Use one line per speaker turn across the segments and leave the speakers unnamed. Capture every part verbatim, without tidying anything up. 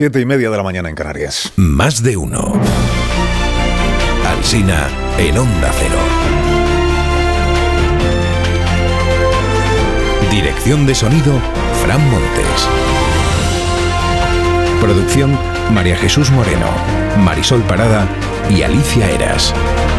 Siete y media de la mañana en Canarias.
Más de uno. Alsina en Onda Cero. Dirección de sonido, Fran Montes. Producción, María Jesús Moreno, Marisol Parada y Alicia Eras.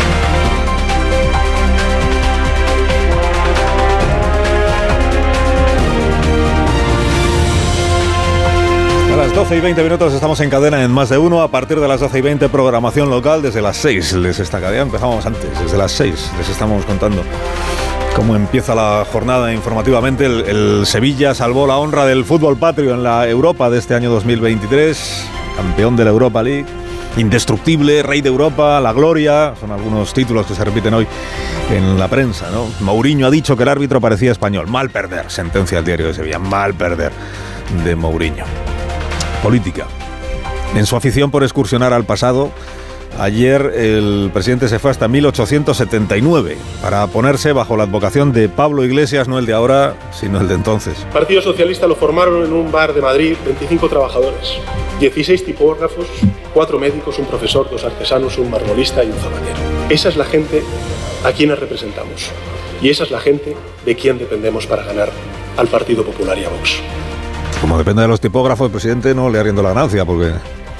A las doce y veinte minutos estamos en cadena en Más de Uno. A partir de las doce y veinte, programación local desde las seis. Les está cadena, empezamos antes, desde las seis. Les estamos contando cómo empieza la jornada informativamente. El, el Sevilla salvó la honra del fútbol patrio en la Europa de este año dos mil veintitrés. Campeón de la Europa League. Indestructible, rey de Europa, la gloria. Son algunos títulos que se repiten hoy en la prensa, ¿no? Mourinho ha dicho que el árbitro parecía español. Mal perder, sentencia del Diario de Sevilla. Mal perder de Mourinho. Política. En su afición por excursionar al pasado, ayer el presidente se fue hasta mil ochocientos setenta y nueve para ponerse bajo la advocación de Pablo Iglesias, no el de ahora, sino el de entonces.
El Partido Socialista lo formaron en un bar de Madrid veinticinco trabajadores, dieciséis tipógrafos, cuatro médicos, un profesor, dos artesanos, un marmolista y un zapatero. Esa es la gente a quienes representamos y esa es la gente de quien dependemos para ganar al Partido Popular y a Vox.
Como depende de los tipógrafos, el presidente no le arriendo la ganancia, porque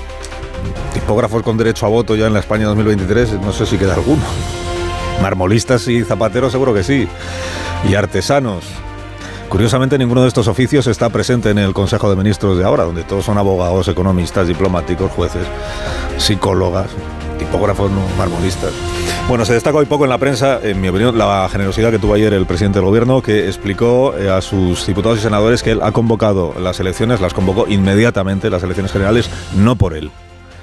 tipógrafos con derecho a voto ya en la España dos mil veintitrés, no sé si queda alguno. Marmolistas y zapateros seguro que sí. Y artesanos. Curiosamente, ninguno de estos oficios está presente en el Consejo de Ministros de ahora, donde todos son abogados, economistas, diplomáticos, jueces, psicólogas, tipógrafos, no, marmolistas. Bueno, se destaca hoy poco en la prensa, en mi opinión, la generosidad que tuvo ayer el presidente del gobierno, que explicó a sus diputados y senadores que él ha convocado las elecciones, las convocó inmediatamente, las elecciones generales, no por él,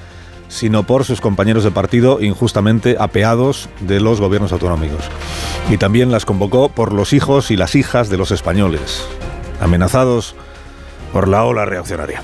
sino por sus compañeros de partido injustamente apeados de los gobiernos autonómicos. Y también las convocó por los hijos y las hijas de los españoles, amenazados por la ola reaccionaria.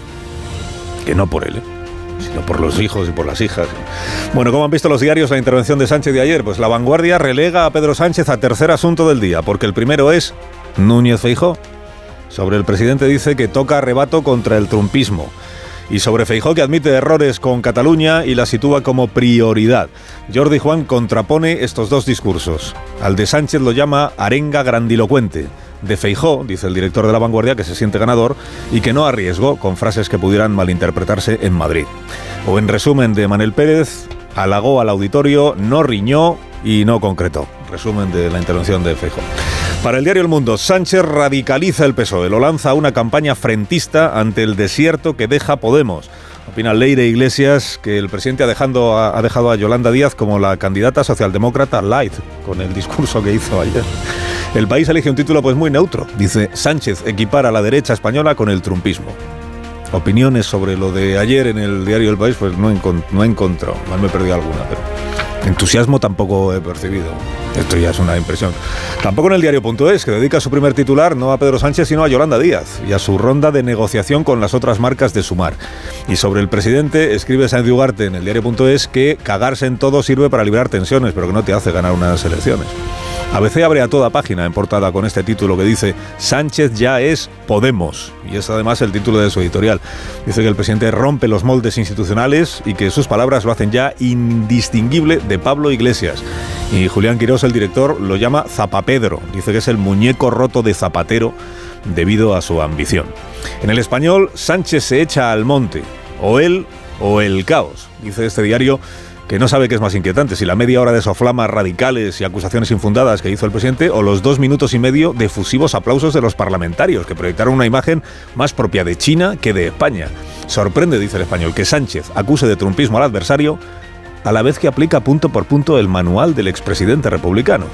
Que no por él, ¿eh? sino por los hijos y por las hijas. Bueno, ¿cómo han visto los diarios la intervención de Sánchez de ayer? Pues La Vanguardia relega a Pedro Sánchez a tercer asunto del día, porque el primero es Núñez Feijóo. Sobre el presidente dice que toca arrebato contra el trumpismo. Y sobre Feijóo, que admite errores con Cataluña y la sitúa como prioridad. Jordi Juan contrapone estos dos discursos. Al de Sánchez lo llama arenga grandilocuente. De Feijóo, dice el director de La Vanguardia, que se siente ganador y que no arriesgó con frases que pudieran malinterpretarse en Madrid. O en resumen de Manel Pérez, halagó al auditorio, no riñó y no concretó. Resumen de la intervención de Feijóo. Para el diario El Mundo, Sánchez radicaliza el P S O E, lo lanza a una campaña frentista ante el desierto que deja Podemos. Opina Leire Iglesias que el presidente ha, dejando a, ha dejado a Yolanda Díaz como la candidata socialdemócrata light, con el discurso que hizo ayer. El País elige un título pues muy neutro. Dice, Sánchez equipara a la derecha española con el trumpismo. Opiniones sobre lo de ayer en el diario El País, pues no, encont- no he encontrado, mal me he perdido alguna, pero entusiasmo tampoco he percibido. Esto ya es una impresión. Tampoco en el diario.es, que dedica su primer titular no a Pedro Sánchez, sino a Yolanda Díaz y a su ronda de negociación con las otras marcas de Sumar. Y sobre el presidente, escribe Sáenz de Ugarte en el diario.es que cagarse en todo sirve para liberar tensiones, pero que no te hace ganar unas elecciones. A B C abre a toda página en portada con este título que dice Sánchez ya es Podemos, y es además el título de su editorial. Dice que el presidente rompe los moldes institucionales y que sus palabras lo hacen ya indistinguible de Pablo Iglesias. Y Julián Quirós, el director, lo llama Zapapedro. Dice que es el muñeco roto de Zapatero debido a su ambición. En El Español, Sánchez se echa al monte, o él o el caos. Dice este diario que no sabe qué es más inquietante, si la media hora de soflamas radicales y acusaciones infundadas que hizo el presidente o los dos minutos y medio de efusivos aplausos de los parlamentarios, que proyectaron una imagen más propia de China que de España. Sorprende, dice El Español, que Sánchez acuse de trumpismo al adversario a la vez que aplica punto por punto el manual del expresidente republicano.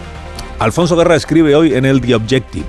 Alfonso Guerra escribe hoy en el The Objective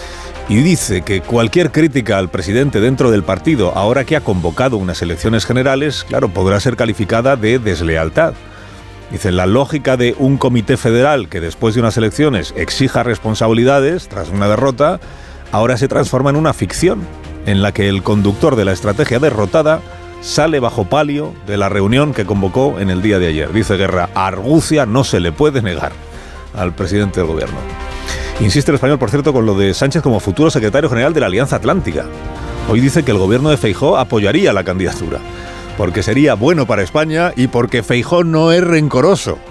y dice que cualquier crítica al presidente dentro del partido, ahora que ha convocado unas elecciones generales, claro, podrá ser calificada de deslealtad. Dice, la lógica de un comité federal que después de unas elecciones exija responsabilidades tras una derrota, ahora se transforma en una ficción, en la que el conductor de la estrategia derrotada sale bajo palio de la reunión que convocó en el día de ayer. Dice Guerra, argucia no se le puede negar al presidente del gobierno. Insiste El Español, por cierto, con lo de Sánchez como futuro secretario general de la Alianza Atlántica. Hoy dice que el gobierno de Feijóo apoyaría la candidatura, porque sería bueno para España y porque Feijóo no es rencoroso.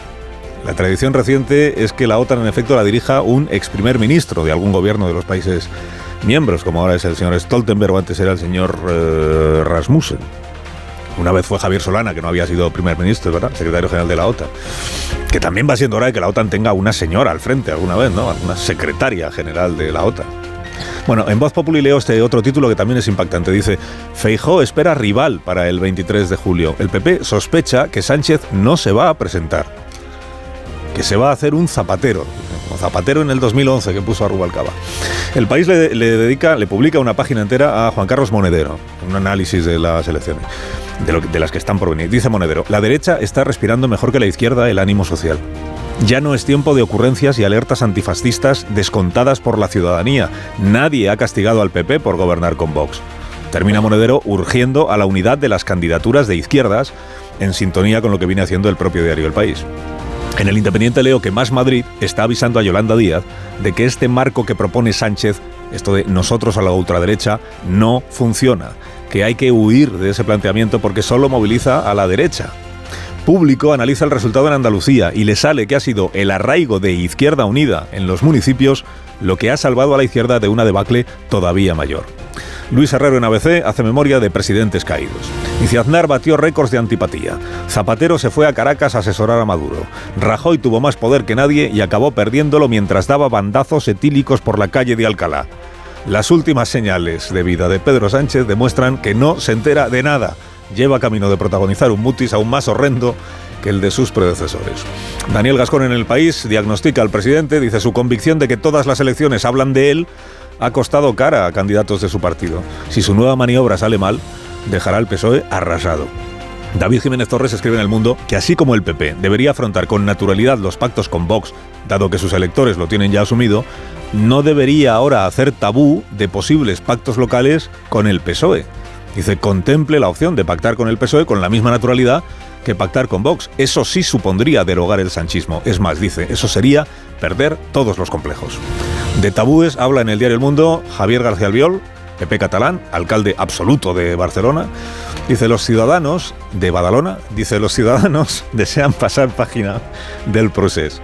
La tradición reciente es que la OTAN en efecto la dirija un ex primer ministro de algún gobierno de los países miembros, como ahora es el señor Stoltenberg o antes era el señor eh, Rasmussen. Una vez fue Javier Solana, que no había sido primer ministro, ¿verdad? Secretario general de la OTAN. Que también va siendo hora de que la OTAN tenga una señora al frente alguna vez, ¿no? Una secretaria general de la OTAN. Bueno, en Voz Populi leo este otro título que también es impactante. Dice, Feijóo espera rival para el veintitrés de julio. El P P sospecha que Sánchez no se va a presentar, que se va a hacer un Zapatero, como Zapatero en el dos mil once que puso a Rubalcaba. El País le, le dedica, le publica una página entera a Juan Carlos Monedero, un análisis de las elecciones, de, lo, de las que están por venir. Dice Monedero, la derecha está respirando mejor que la izquierda el ánimo social. Ya no es tiempo de ocurrencias y alertas antifascistas descontadas por la ciudadanía. Nadie ha castigado al P P por gobernar con Vox. Termina Monedero urgiendo a la unidad de las candidaturas de izquierdas, en sintonía con lo que viene haciendo el propio diario El País. En El Independiente leo que Más Madrid está avisando a Yolanda Díaz de que este marco que propone Sánchez, esto de nosotros a la ultraderecha, no funciona, que hay que huir de ese planteamiento porque solo moviliza a la derecha. Público analiza el resultado en Andalucía y le sale que ha sido el arraigo de Izquierda Unida en los municipios lo que ha salvado a la izquierda de una debacle todavía mayor. Luis Herrero en A B C hace memoria de presidentes caídos. Dice, Aznar batió récords de antipatía. Zapatero se fue a Caracas a asesorar a Maduro. Rajoy tuvo más poder que nadie y acabó perdiéndolo mientras daba bandazos etílicos por la calle de Alcalá. Las últimas señales de vida de Pedro Sánchez demuestran que no se entera de nada. Lleva camino de protagonizar un mutis aún más horrendo que el de sus predecesores. Daniel Gascón en El País diagnostica al presidente, dice, su convicción de que todas las elecciones hablan de él ha costado cara a candidatos de su partido. Si su nueva maniobra sale mal, dejará al P S O E arrasado. David Jiménez Torres escribe en El Mundo que así como el P P debería afrontar con naturalidad los pactos con Vox, dado que sus electores lo tienen ya asumido, no debería ahora hacer tabú de posibles pactos locales con el P S O E. Dice, contemple la opción de pactar con el P S O E con la misma naturalidad que pactar con Vox. Eso sí supondría derogar el sanchismo. Es más, dice, eso sería perder todos los complejos. De tabúes habla en el diario El Mundo Javier García Albiol, P P catalán, alcalde absoluto de Barcelona. Dice, los ciudadanos de Badalona, dice, los ciudadanos desean pasar página del procés.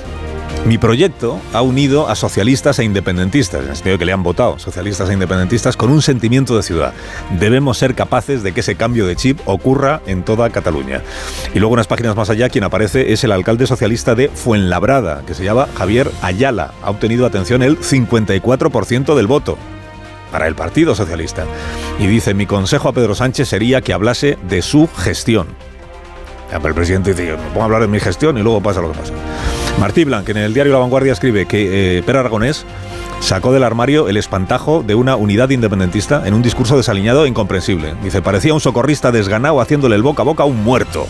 Mi proyecto ha unido a socialistas e independentistas, en el sentido de que le han votado socialistas e independentistas, con un sentimiento de ciudad. Debemos ser capaces de que ese cambio de chip ocurra en toda Cataluña. Y luego unas páginas más allá, quien aparece es el alcalde socialista de Fuenlabrada, que se llama Javier Ayala. Ha obtenido, atención, el cincuenta y cuatro por ciento del voto para el Partido Socialista. Y dice, mi consejo a Pedro Sánchez sería que hablase de su gestión. Ya, pero el presidente dice, me pongo a hablar de mi gestión y luego pasa lo que pasa. Martí Blanc, en el diario La Vanguardia, escribe que eh, Pere Aragonés sacó del armario el espantajo de una unidad independentista en un discurso desaliñado e incomprensible. Dice, parecía un socorrista desganado haciéndole el boca a boca a un muerto.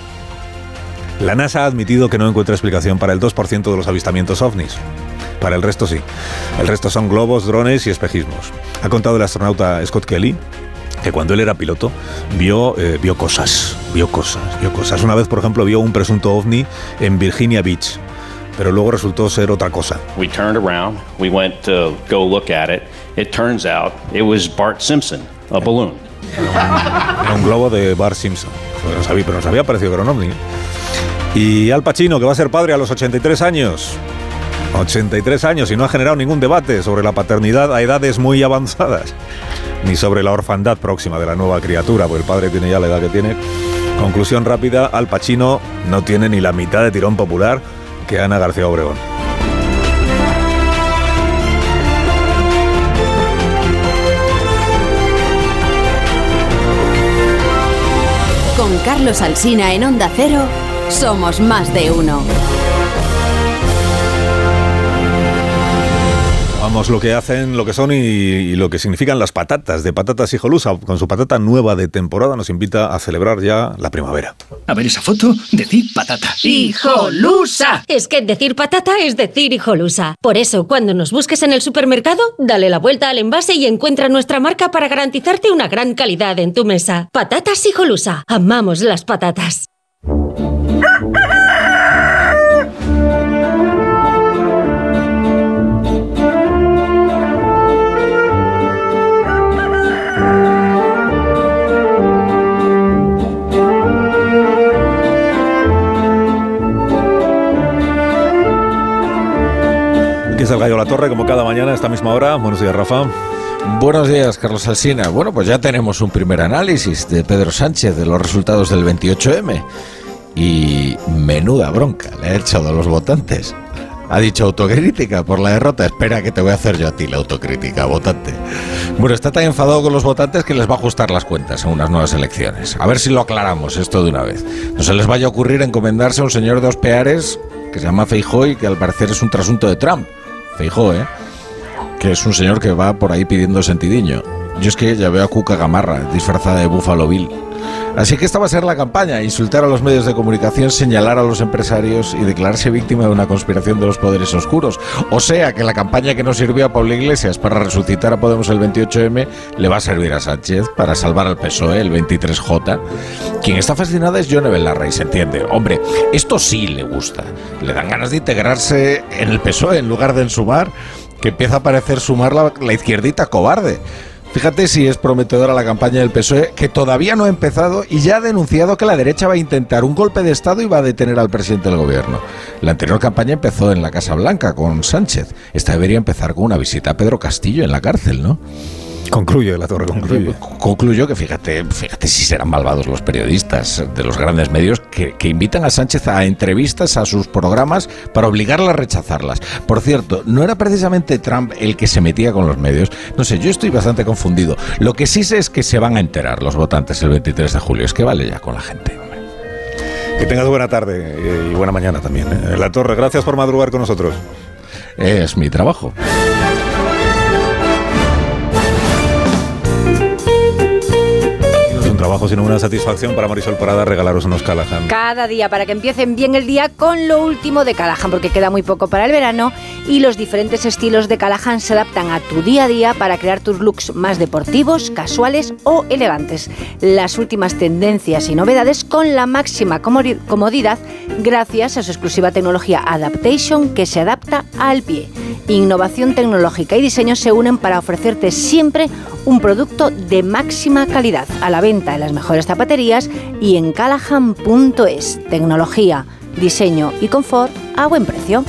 La NASA ha admitido que no encuentra explicación para el dos por ciento de los avistamientos ovnis. Para el resto sí. El resto son globos, drones y espejismos. Ha contado el astronauta Scott Kelly que cuando él era piloto vio, eh, vio cosas, vio cosas, vio cosas. Una vez, por ejemplo, vio un presunto ovni en Virginia Beach, pero luego resultó ser otra cosa.
We turned around, we went to go look at it. It turns out it was Bart Simpson, a balloon.
Era un globo de Bart Simpson. Pero no sabía, pero nos había parecido que era un ovni. Y Al Pacino, que va a ser padre a los ochenta y tres años. ochenta y tres años y no ha generado ningún debate sobre la paternidad a edades muy avanzadas, ni sobre la orfandad próxima de la nueva criatura, porque el padre tiene ya la edad que tiene. Conclusión rápida, Al Pacino no tiene ni la mitad de tirón popular que Ana García Obregón.
Con Carlos Alsina en Onda Cero, somos más de uno.
Vamos, lo que hacen, lo que son y, y lo que significan las patatas de Patatas Hijolusa. Con su patata nueva de temporada nos invita a celebrar ya la primavera.
A ver esa foto, decir patata.
¡Hijolusa! Es que decir patata es decir hijolusa. Por eso, cuando nos busques en el supermercado, dale la vuelta al envase y encuentra nuestra marca para garantizarte una gran calidad en tu mesa. Patatas Hijolusa. Amamos las patatas.
del Gallo La Torre, como cada mañana a esta misma hora. Buenos días, Rafa.
Buenos días, Carlos Alsina. Bueno, pues ya tenemos un primer análisis de Pedro Sánchez de los resultados del veintiocho eme. Y menuda bronca le ha echado a los votantes. Ha dicho autocrítica por la derrota. Espera que te voy a hacer yo a ti la autocrítica, votante. Bueno, está tan enfadado con los votantes que les va a ajustar las cuentas en unas nuevas elecciones. A ver si lo aclaramos esto de una vez. No se les vaya a ocurrir encomendarse a un señor de Ospeares que se llama Feijóo y que al parecer es un trasunto de Trump. Feijóo, ¿eh? Que es un señor que va por ahí pidiendo sentidiño. Yo es que ya veo a Cuca Gamarra disfrazada de Buffalo Bill. Así que esta va a ser la campaña: insultar a los medios de comunicación, señalar a los empresarios y declararse víctima de una conspiración de los poderes oscuros. O sea que la campaña que no sirvió a Pablo Iglesias para resucitar a Podemos el veintiocho eme le va a servir a Sánchez para salvar al P S O E el veintitrés jota. Quien está fascinada es Yone Belarra, y se entiende. Hombre, esto sí le gusta. Le dan ganas de integrarse en el P S O E en lugar de en Sumar, que empieza a parecer Sumar la, la izquierdita cobarde. Fíjate si es prometedora la campaña del P S O E, que todavía no ha empezado y ya ha denunciado que la derecha va a intentar un golpe de Estado y va a detener al presidente del gobierno. La anterior campaña empezó en la Casa Blanca con Sánchez. Esta debería empezar con una visita a Pedro Castillo en la cárcel, ¿no?
Concluye, La Torre, concluye.
Concluyo que fíjate, fíjate si serán malvados los periodistas de los grandes medios que, que invitan a Sánchez a entrevistas a sus programas para obligarla a rechazarlas. Por cierto, no era precisamente Trump el que se metía con los medios. No sé, yo estoy bastante confundido. Lo que sí sé es que se van a enterar los votantes el veintitrés de julio. Es que vale ya con la gente.
Que tengas buena tarde y buena mañana también, ¿eh? La Torre, gracias por madrugar con nosotros.
Es mi trabajo.
Trabajo sino una satisfacción para Marisol Parada regalaros unos Callahan.
Cada día para que empiecen bien el día con lo último de Callahan, porque queda muy poco para el verano y los diferentes estilos de Callahan se adaptan a tu día a día para crear tus looks más deportivos, casuales o elegantes. Las últimas tendencias y novedades con la máxima comodidad gracias a su exclusiva tecnología Adaptation que se adapta al pie. Innovación tecnológica y diseño se unen para ofrecerte siempre un producto de máxima calidad, a la venta en las mejores zapaterías y en callahan punto es. Tecnología, diseño y confort a buen precio.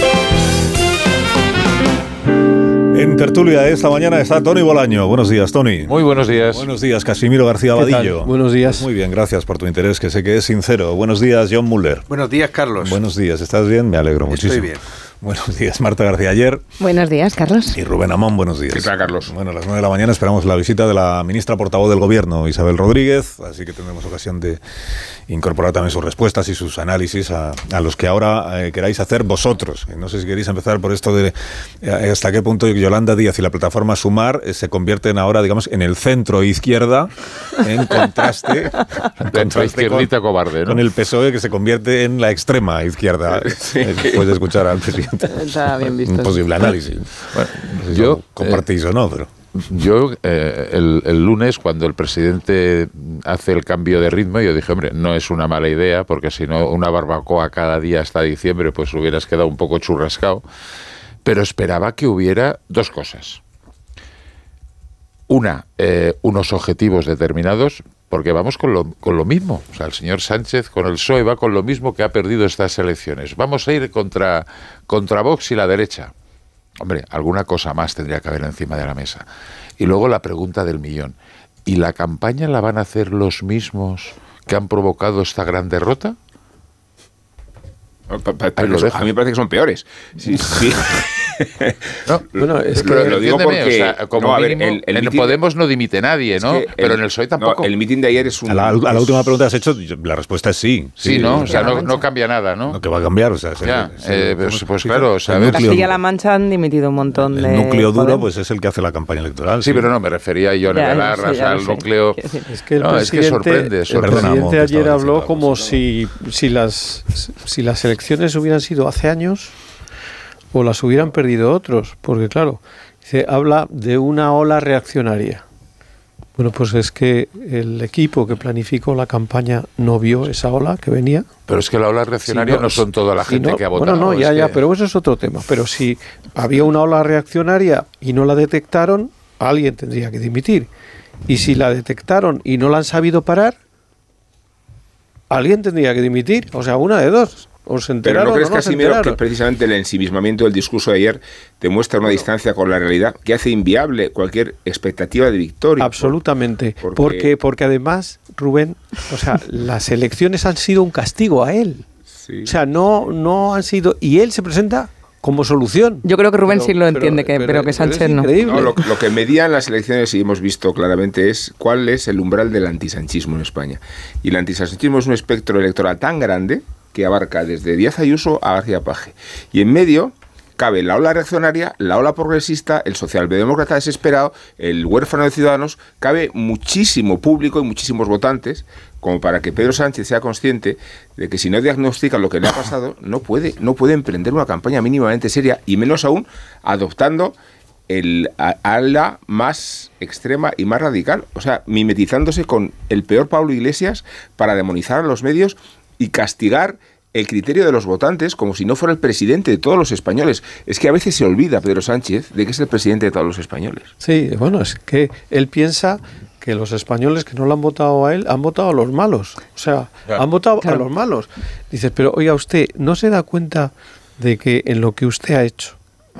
En tertulia esta mañana está Tony Bolaño. Buenos días, Tony.
Muy buenos días.
Buenos días, Casimiro García Abadillo.
Buenos días.
Muy bien, gracias por tu interés, que sé que es sincero. Buenos días, John Muller.
Buenos días, Carlos.
Buenos días, ¿estás bien? Me alegro muchísimo.
Estoy bien.
Buenos días, Marta García Ayer.
Buenos días, Carlos.
Y Rubén Amón, buenos días.
¿Qué tal, Carlos?
Bueno, a las nueve de la mañana esperamos la visita de la ministra portavoz del Gobierno, Isabel Rodríguez, así que tendremos ocasión de incorporar también sus respuestas y sus análisis a, a los que ahora eh, queráis hacer vosotros. No sé si queréis empezar por esto de eh, hasta qué punto Yolanda Díaz y la plataforma Sumar eh, se convierten ahora, digamos, en el centro izquierda, en contraste, en
contraste izquierdita con, cobarde, ¿no?
Con el P S O E, que se convierte en la extrema izquierda, sí. Después de escuchar al presidente.
Está bien visto.
Un posible análisis. Bueno, no sé si yo compartís eh, o no, pero...
Yo, eh, el, el lunes, cuando el presidente hace el cambio de ritmo, yo dije, hombre, no es una mala idea, porque si no, una barbacoa cada día hasta diciembre, pues hubieras quedado un poco churrascado. Pero esperaba que hubiera dos cosas. Una, eh, unos objetivos determinados, porque vamos con lo, con lo mismo. O sea, el señor Sánchez con el P S O E va con lo mismo que ha perdido estas elecciones. Vamos a ir contra, contra Vox y la derecha. Hombre, alguna cosa más tendría que haber encima de la mesa. Y luego la pregunta del millón. ¿Y la campaña la van a hacer los mismos que han provocado esta gran derrota?
Pa, pa, pa, lo a mí me parece que son peores. Sí, sí.
No, bueno, es que lo, lo digo porque o sea, como no, mínimo, ver, el, el en mitin, Podemos no dimite nadie, ¿no? Es que pero el, en el P S O E tampoco.
No, el mitin de ayer es un...
A la, a la última pregunta que has hecho, la respuesta es sí.
Sí, sí ¿no? O sea, no, no cambia nada, ¿no?
No, que va a cambiar, o sea...
Ya,
se, se,
eh, pues, pues claro, o sea...
En Castilla-La Mancha han dimitido un montón
el
de...
El núcleo duro,
Podemos.
pues es el que hace la campaña electoral.
Sí, sí. Pero no, me refería a Yone Belarra, o sea, al núcleo...
Es que el
no,
presidente,
es que sorprende, sorprende.
El presidente ayer habló como si, si, las, si las elecciones hubieran sido hace años... o las hubieran perdido otros, porque claro, se habla de una ola reaccionaria. Bueno, pues es que el equipo que planificó la campaña no vio esa ola que venía.
Pero es que la ola reaccionaria si no, no son toda la gente
no,
que ha votado.
Bueno, no, ya,
es
ya,
que...
pero eso es otro tema. Pero si había una ola reaccionaria y no la detectaron, alguien tendría que dimitir. Y si la detectaron y no la han sabido parar, alguien tendría que dimitir. O sea, una de dos. ¿O se
Pero
enteraron
¿no crees,
o no se
Casimiro,
enteraron?
que precisamente el ensimismamiento del discurso de ayer demuestra una distancia con la realidad que hace inviable cualquier expectativa de victoria?
Absolutamente.
Porque,
porque, porque además, Rubén, o sea, las elecciones han sido un castigo a él.
Sí.
O sea, no, no han sido... Y él se presenta como solución.
Yo creo que Rubén
Pero-
sí lo
pero-
entiende, que,
pero-
pero, que
pero
Sánchez
es
no.
increíble.
No, lo, lo que medían las elecciones, y hemos visto claramente, es cuál es el umbral del antisanchismo en España. Y el antisanchismo es un espectro electoral tan grande que abarca desde Díaz Ayuso a García Paje. Y en medio cabe la ola reaccionaria, la ola progresista, el socialdemócrata desesperado, el huérfano de Ciudadanos. Cabe muchísimo público y muchísimos votantes como para que Pedro Sánchez sea consciente de que si no diagnostica lo que le ha pasado, no puede, no puede emprender una campaña mínimamente seria, y menos aún adoptando el a- ala más extrema y más radical, o sea, mimetizándose con el peor Pablo Iglesias para demonizar a los medios y castigar el criterio de los votantes como si no fuera el presidente de todos los españoles. Es que a veces se olvida Pedro Sánchez de que es el presidente de todos los españoles.
Sí, bueno, es que él piensa que los españoles que no lo han votado a él han votado a los malos. O sea,
Claro.
han votado
Claro.
a los malos. Dices, pero oiga, usted no se da cuenta de que en lo que usted ha hecho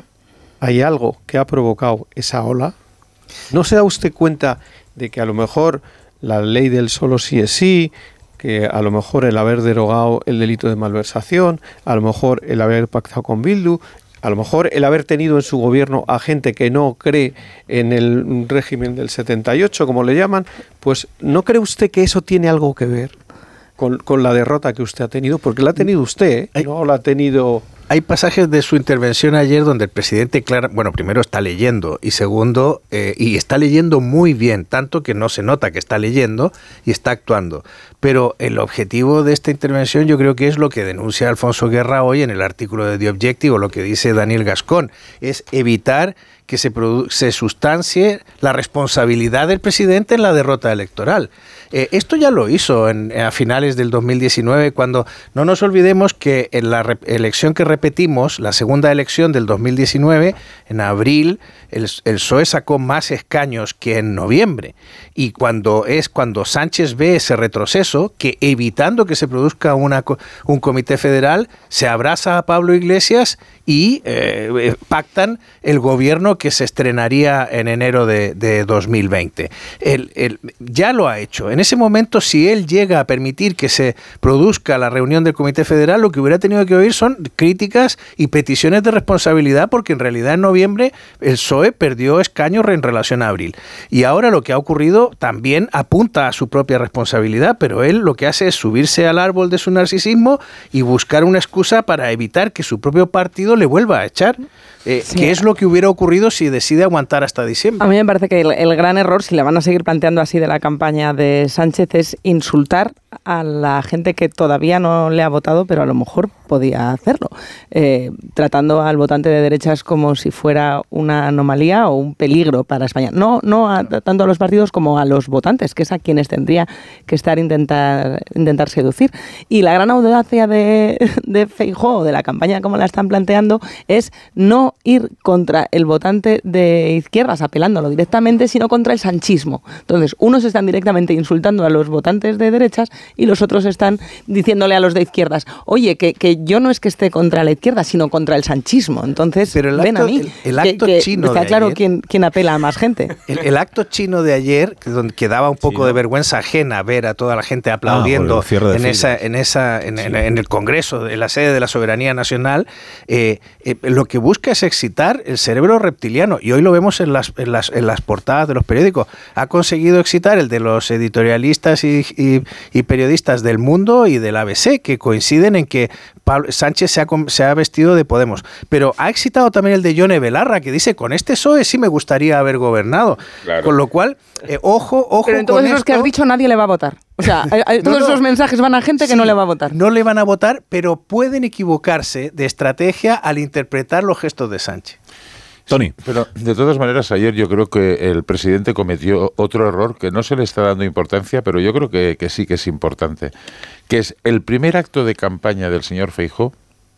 hay algo que ha provocado esa ola. ¿No se da usted cuenta de que a lo mejor la ley del solo sí es sí, que a lo mejor el haber derogado el delito de malversación, a lo mejor el haber pactado con Bildu, a lo mejor el haber tenido en su gobierno a gente que no cree en el régimen del setenta y ocho, como le llaman, pues ¿no cree usted que eso tiene algo que ver con, con la derrota que usted ha tenido? Porque la ha tenido usted, ¿eh? No la ha tenido...
Hay pasajes de su intervención ayer donde el presidente, clara, bueno, primero está leyendo y segundo, eh, y está leyendo muy bien, tanto que no se nota que está leyendo y está actuando. Pero el objetivo de esta intervención yo creo que es lo que denuncia Alfonso Guerra hoy en el artículo de The Objective, o lo que dice Daniel Gascón, es evitar que se, produ- se sustancie la responsabilidad del presidente en la derrota electoral. Eh, esto ya lo hizo en, a finales del dos mil diecinueve, cuando no nos olvidemos que en la re- elección que repetimos, la segunda elección del dos mil diecinueve, en abril, el, el P S O E sacó más escaños que en noviembre. Y cuando es cuando Sánchez ve ese retroceso, que evitando que se produzca una, un comité federal, se abraza a Pablo Iglesias y eh, pactan el gobierno que se estrenaría en enero de, de dos mil veinte. El, el, ya lo ha hecho. En ese momento, si él llega a permitir que se produzca la reunión del Comité Federal, lo que hubiera tenido que oír son críticas y peticiones de responsabilidad, porque en realidad en noviembre el P S O E perdió escaños en relación a abril. Y ahora lo que ha ocurrido también apunta a su propia responsabilidad, pero él lo que hace es subirse al árbol de su narcisismo y buscar una excusa para evitar que su propio partido le vuelva a echar. Eh,
Sí.
¿Qué es lo que hubiera ocurrido si decide aguantar hasta diciembre?
A mí me parece que el, el gran error, si le van a seguir planteando así de la campaña de Sánchez, es insultar a la gente que todavía no le ha votado, pero a lo mejor podía hacerlo, eh, tratando al votante de derechas como si fuera una anomalía o un peligro para España. No, no a, tanto a los partidos como a los votantes, que es a quienes tendría que estar intentar intentar seducir. Y la gran audacia de, de Feijóo, de la campaña como la están planteando, es no ir contra el votante de izquierdas, apelándolo directamente, sino contra el sanchismo. Entonces, unos están directamente insultando a los votantes de derechas y los otros están diciéndole a los de izquierdas, oye, que, que yo no es que esté contra la izquierda, sino contra el sanchismo. Entonces,
Pero el
ven
acto-
a mí,
el- el
que-
acto
que
chino
está
de
claro
ayer-
quién, quién apela a más gente.
El, el acto chino de ayer, que, donde, que daba un poco de vergüenza ajena ver a toda la gente aplaudiendo
por el cierre de
en,
filas.
esa, en, esa, en, en- en el Congreso, en la sede de la Soberanía Nacional, eh, eh, lo que busca es excitar el cerebro reptiliano. Y hoy lo vemos en las, en las, en las portadas de los periódicos. Ha conseguido excitar el de los editorialistas y, y, y periodistas del Mundo y del A B C, que coinciden en que Pablo Sánchez se ha, com- se ha vestido de Podemos. Pero ha excitado también el de Yone Belarra, que dice, con este P S O E sí me gustaría haber gobernado.
Claro.
Con lo cual, eh, ojo, ojo
Pero en todos
con
esos
esto.
que has dicho nadie le va a votar. O sea, hay- hay-
No,
todos
no.
esos mensajes van a gente que
Sí,
no le va a votar.
No le van a votar, pero pueden equivocarse de estrategia al interpretar los gestos de Sánchez.
Tony.
Pero de todas maneras, ayer yo creo que el presidente cometió otro error que no se le está dando importancia, pero yo creo que, que sí que es importante, que es el primer acto de campaña del señor Feijóo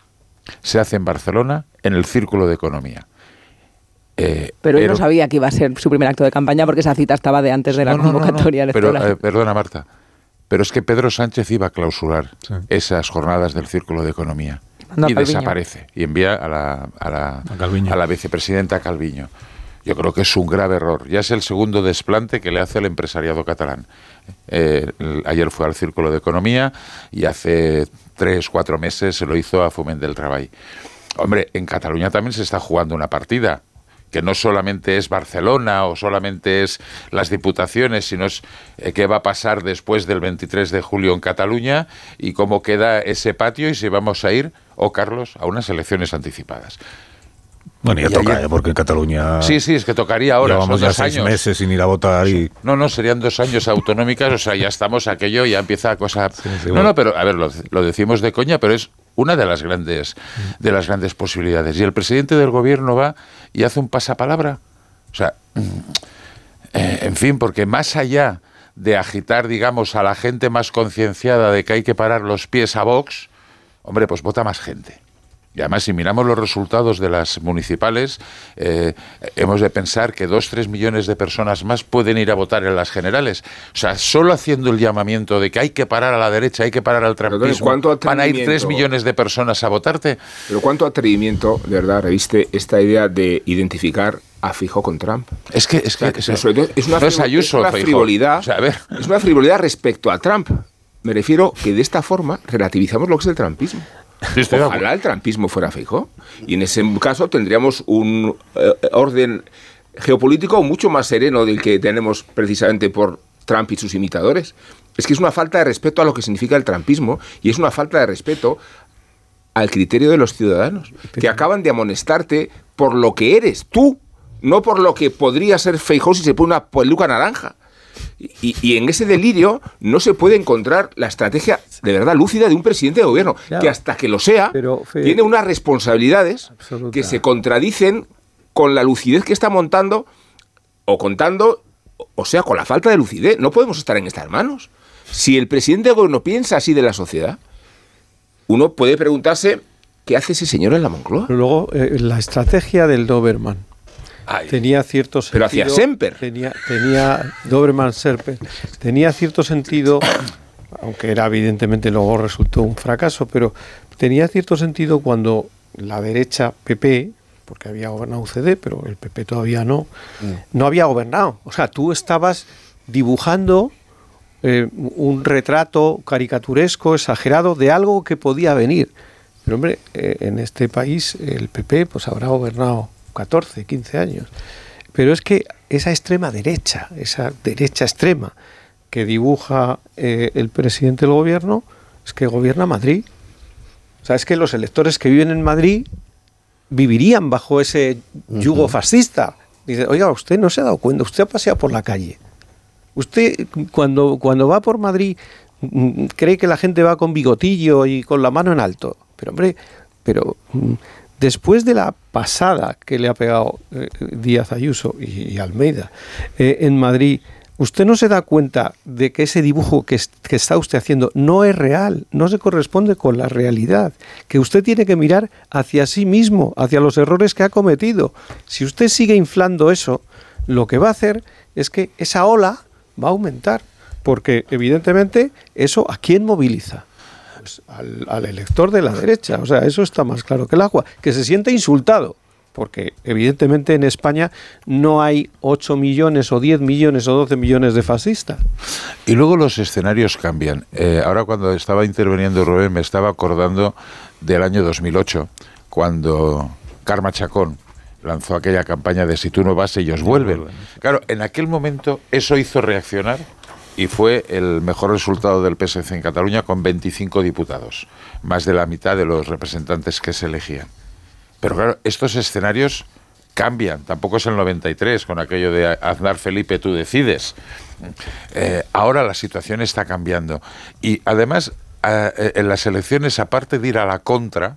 se hace en Barcelona, en el Círculo de Economía. Eh,
Pero él
era-
no sabía que iba a ser su primer acto de campaña porque esa cita estaba de antes de la
No, no, no, no.
convocatoria
Pero,
electoral.
eh, perdona, Marta. Pero es que Pedro Sánchez iba a clausurar sí. esas jornadas del Círculo de Economía. Anda, y Calviño. Desaparece y envía a la, a, la, a, a la vicepresidenta Calviño. Yo creo que es un grave error. Ya es el segundo desplante que le hace el empresariado catalán. Eh, ayer fue al Círculo de Economía y hace tres, cuatro meses se lo hizo a Foment del Treball. Hombre, en Cataluña también se está jugando una partida, que no solamente es Barcelona o solamente es las diputaciones, sino es eh, qué va a pasar después del veintitrés de julio en Cataluña y cómo queda ese patio y si vamos a ir, oh Carlos, a unas elecciones anticipadas.
Bueno, ya y toca, ayer, porque en Cataluña...
Sí, sí, es que tocaría ahora,
llevamos
son
ya
dos
seis
años.
meses sin ir a votar y...
No, no, serían dos años autonómicas, o sea, ya estamos aquello, ya empieza cosa... Sí, sí, no, bueno. no, pero, a ver, lo, lo decimos de coña, pero es una de las grandes de las grandes posibilidades. Y el presidente del gobierno va y hace un pasapalabra. O sea, eh, en fin, porque más allá de agitar, digamos, a la gente más concienciada de que hay que parar los pies a Vox, hombre, pues vota más gente. Y además, si miramos los resultados de las municipales, eh, hemos de pensar que dos, tres millones de personas más pueden ir a votar en las generales. O sea, solo haciendo el llamamiento de que hay que parar a la derecha, hay que parar al trampismo, van a ir tres millones de personas a votarte.
Pero ¿cuánto atrevimiento, de verdad, reviste esta idea de identificar a Feijóo con Trump?
Es que es, que, o sea,
es una,
no es, Ayuso,
es una frivolidad.
O sea, a ver.
Es una frivolidad respecto a Trump. Me refiero que de esta forma relativizamos lo que es el trumpismo.
Sí,
Ojalá el trumpismo fuera Feijóo. Y en ese caso tendríamos un eh, orden geopolítico mucho más sereno del que tenemos precisamente por Trump y sus imitadores. Es que es una falta de respeto a lo que significa el trumpismo y es una falta de respeto al criterio de los ciudadanos, que acaban de amonestarte por lo que eres tú, no por lo que podría ser Feijóo si se pone una peluca naranja. Y, y en ese delirio no se puede encontrar la estrategia de verdad lúcida de un presidente de gobierno, claro, que hasta que lo sea, pero, fe, tiene unas responsabilidades absoluta. Que se contradicen con la lucidez que está montando o contando, o sea, con la falta de lucidez. No podemos estar en estas manos. Si el presidente de gobierno piensa así de la sociedad, uno puede preguntarse qué hace ese señor en la Moncloa.
Pero luego, eh, la estrategia del Doberman. Ay, tenía cierto sentido.
Pero hacia Semper.
Tenía, tenía Doberman Semper. Tenía cierto sentido, aunque era evidentemente luego resultó un fracaso, pero tenía cierto sentido cuando la derecha, P P, porque había gobernado U C D, pero el P P todavía no, mm. no había gobernado. O sea, tú estabas dibujando eh, un retrato caricaturesco, exagerado, de algo que podía venir. Pero hombre, eh, en este país el P P pues habrá gobernado catorce, quince años. Pero es que esa extrema derecha, esa derecha extrema que dibuja eh, el presidente del gobierno, es que gobierna Madrid. O sea, es que los electores que viven en Madrid vivirían bajo ese yugo uh-huh. fascista. Dice, oiga, usted no se ha dado cuenta, usted ha paseado por la calle. Usted cuando, cuando va por Madrid cree que la gente va con bigotillo y con la mano en alto. Pero hombre, pero... después de la pasada que le ha pegado eh, Díaz Ayuso y, y Almeida eh, en Madrid, ¿usted no se da cuenta de que ese dibujo que, es, que está usted haciendo no es real, no se corresponde con la realidad? Que usted tiene que mirar hacia sí mismo, hacia los errores que ha cometido. Si usted sigue inflando eso, lo que va a hacer es que esa ola va a aumentar, porque evidentemente eso ¿a quién moviliza? Pues al, al elector de la derecha. O sea, eso está más claro que el agua, que se siente insultado, porque evidentemente en España no hay ocho millones o diez millones o doce millones de fascistas.
Y luego los escenarios cambian. Eh, ahora cuando estaba interviniendo Rubén me estaba acordando del año dos mil ocho, cuando Karma Chacón lanzó aquella campaña de si tú no vas, ellos vuelven. Claro, en aquel momento eso hizo reaccionar y fue el mejor resultado del P S C en Cataluña con veinticinco diputados, más de la mitad de los representantes que se elegían. Pero claro, estos escenarios cambian, tampoco es el noventa y tres con aquello de Aznar Felipe, tú decides. Eh, ahora la situación está cambiando y además eh, en las elecciones, aparte de ir a la contra,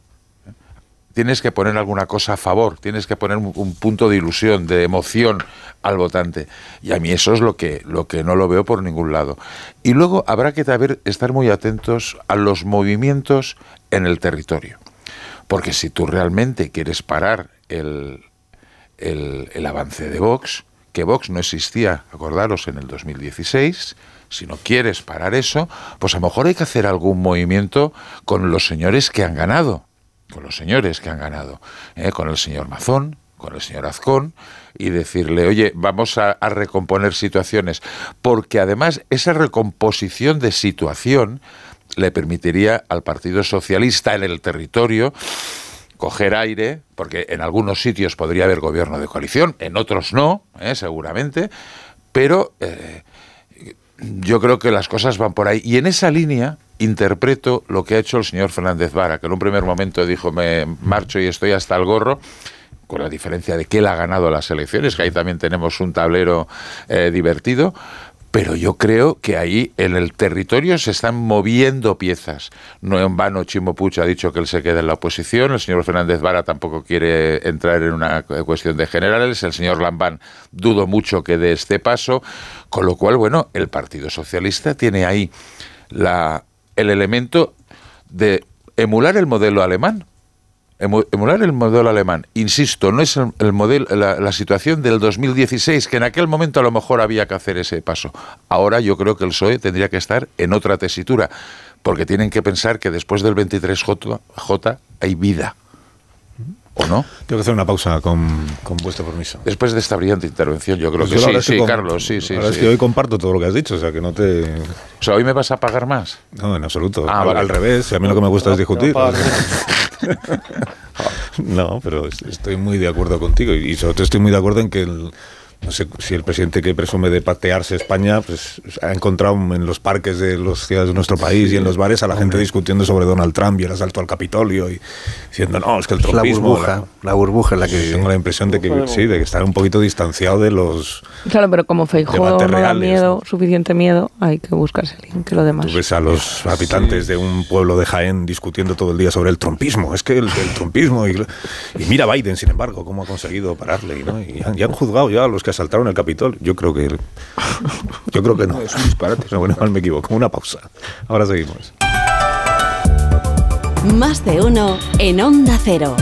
tienes que poner alguna cosa a favor, tienes que poner un, un punto de ilusión, de emoción al votante. Y a mí eso es lo que, lo que no lo veo por ningún lado. Y luego habrá que saber, estar muy atentos a los movimientos en el territorio. Porque si tú realmente quieres parar el, el, el avance de Vox, que Vox no existía, acordaros, en el dos mil dieciséis, si no quieres parar eso, pues a lo mejor hay que hacer algún movimiento con los señores que han ganado, con los señores que han ganado, ¿eh? Con el señor Mazón, con el señor Azcón, y decirle, oye, vamos a, a recomponer situaciones, porque además esa recomposición de situación le permitiría al Partido Socialista en el territorio coger aire, porque en algunos sitios podría haber gobierno de coalición, en otros no, ¿eh? Seguramente, pero eh, yo creo que las cosas van por ahí, y en esa línea interpreto lo que ha hecho el señor Fernández Vara, que en un primer momento dijo, me marcho y estoy hasta el gorro, con la diferencia de que él ha ganado las elecciones, que ahí también tenemos un tablero eh, divertido, pero yo creo que ahí en el territorio se están moviendo piezas. No en vano Chimo Puig ha dicho que él se queda en la oposición, el señor Fernández Vara tampoco quiere entrar en una cuestión de generales, el señor Lambán dudo mucho que dé este paso, con lo cual, bueno, el Partido Socialista tiene ahí la, el elemento de emular el modelo alemán. Emular el modelo alemán, insisto, no es el, el modelo, la, la situación del dos mil dieciséis, que en aquel momento a lo mejor había que hacer ese paso. Ahora yo creo que el P S O E tendría que estar en otra tesitura, porque tienen que pensar que después del veintitrés J hay vida. ¿O no?
Tengo que hacer una pausa con, con vuestro permiso.
Después de esta brillante intervención, yo creo
pues
que
yo
sí, sí,
con,
Carlos, sí, sí.
La verdad
sí.
es que hoy comparto todo lo que has dicho, o sea, que no te...
O sea, ¿hoy me vas a pagar más?
No, en absoluto.
Ah,
al,
vale.
al revés, a mí lo que me gusta no, es discutir. No, no, pero estoy muy de acuerdo contigo y sobre todo estoy muy de acuerdo en que el, no sé si el presidente que presume de patearse España pues ha encontrado en los parques de las ciudades de nuestro país sí, y en los bares a la hombre. gente discutiendo sobre Donald Trump y el asalto al Capitolio y diciendo no, es que el trumpismo...
La burbuja, la, la burbuja en la que...
Tengo la impresión de que sí, de que está un poquito distanciado de los...
Claro, pero como Feijóo no
reales,
da miedo,
¿no?
suficiente miedo, hay que buscarse el link que lo demás.
Tú ves a los habitantes sí. de un pueblo de Jaén discutiendo todo el día sobre el trumpismo, es que el, el trumpismo y, y mira Biden, sin embargo, cómo ha conseguido pararle, ¿no? Y han, y han juzgado ya a los que asaltaron el Capitolio. Yo creo que yo creo que no.
Es un disparate.
No, bueno, mal me equivoco. Una pausa. Ahora seguimos.
Más de uno en Onda Cero.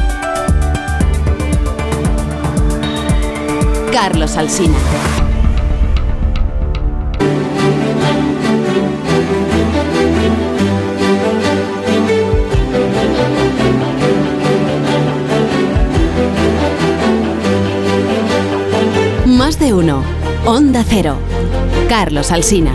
Carlos Alsina. Más de uno. Onda Cero. Carlos Alsina.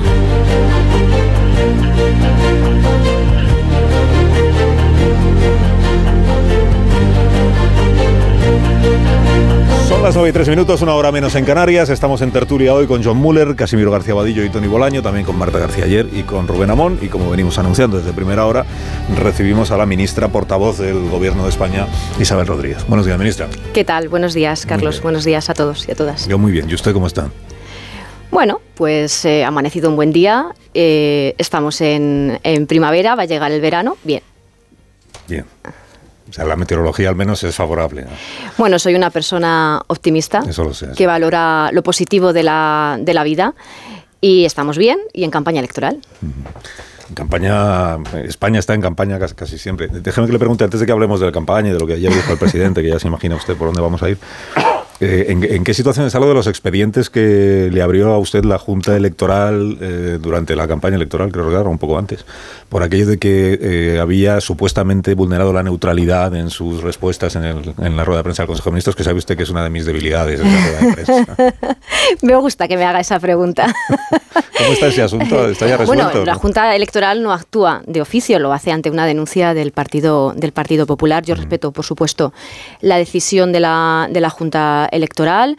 Son las nueve y tres minutos, una hora menos en Canarias. Estamos en tertulia hoy con John Muller, Casimiro García Vadillo y Tony Bolaño, también con Marta García Ayer y con Rubén Amón. Y como venimos anunciando desde primera hora, recibimos a la ministra portavoz del Gobierno de España, Isabel Rodríguez. Buenos días, ministra.
¿Qué tal? Buenos días, Carlos. Buenos días a todos y a todas.
Yo muy bien. ¿Y usted cómo está?
Bueno, pues eh, ha amanecido un buen día. Eh, estamos en, en primavera, va a llegar el verano. Bien.
Bien. O sea, la meteorología al menos es favorable, ¿no?
Bueno, soy una persona optimista.
Eso lo sé.
Que valora lo positivo de la, de la vida. Y estamos bien y en campaña electoral.
Uh-huh. En campaña, España está en campaña casi, casi siempre. Déjeme que le pregunte, antes de que hablemos de la campaña y de lo que ayer dijo el presidente, que ya se imagina usted por dónde vamos a ir. Eh, ¿en, ¿En qué situación está lo de los expedientes que le abrió a usted la Junta Electoral eh, durante la campaña electoral, creo que era un poco antes, por aquello de que eh, había supuestamente vulnerado la neutralidad en sus respuestas en, el, en la rueda de prensa del Consejo de Ministros, que sabe usted que es una de mis debilidades en la rueda de prensa?
Me gusta que me haga esa pregunta.
¿Cómo está ese asunto? ¿Está ya resuelto?
Bueno, la Junta Electoral no actúa de oficio, lo hace ante una denuncia del Partido, del Partido Popular. Yo mm. respeto, por supuesto, la decisión de la, de la Junta Electoral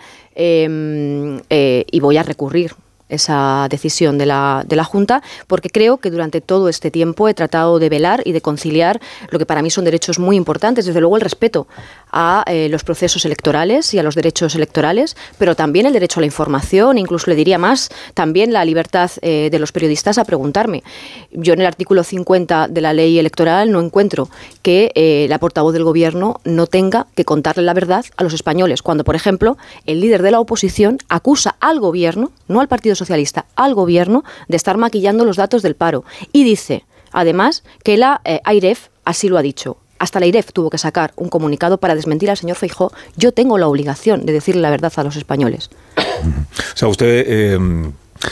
eh, eh, y voy a recurrir esa decisión de la, de la Junta, porque creo que durante todo este tiempo he tratado de velar y de conciliar lo que para mí son derechos muy importantes, desde luego el respeto a eh, los procesos electorales y a los derechos electorales, pero también el derecho a la información, incluso le diría más, también la libertad eh, de los periodistas a preguntarme. Yo en el artículo cincuenta de la ley electoral no encuentro que eh, la portavoz del Gobierno no tenga que contarle la verdad a los españoles, cuando, por ejemplo, el líder de la oposición acusa al Gobierno, no al Partido Socialista, al Gobierno, de estar maquillando los datos del paro. Y dice, además, que la eh, AIREF así lo ha dicho. Hasta la AIREF tuvo que sacar un comunicado para desmentir al señor Feijóo. Yo tengo la obligación de decirle la verdad a los españoles.
O sea, usted... Eh,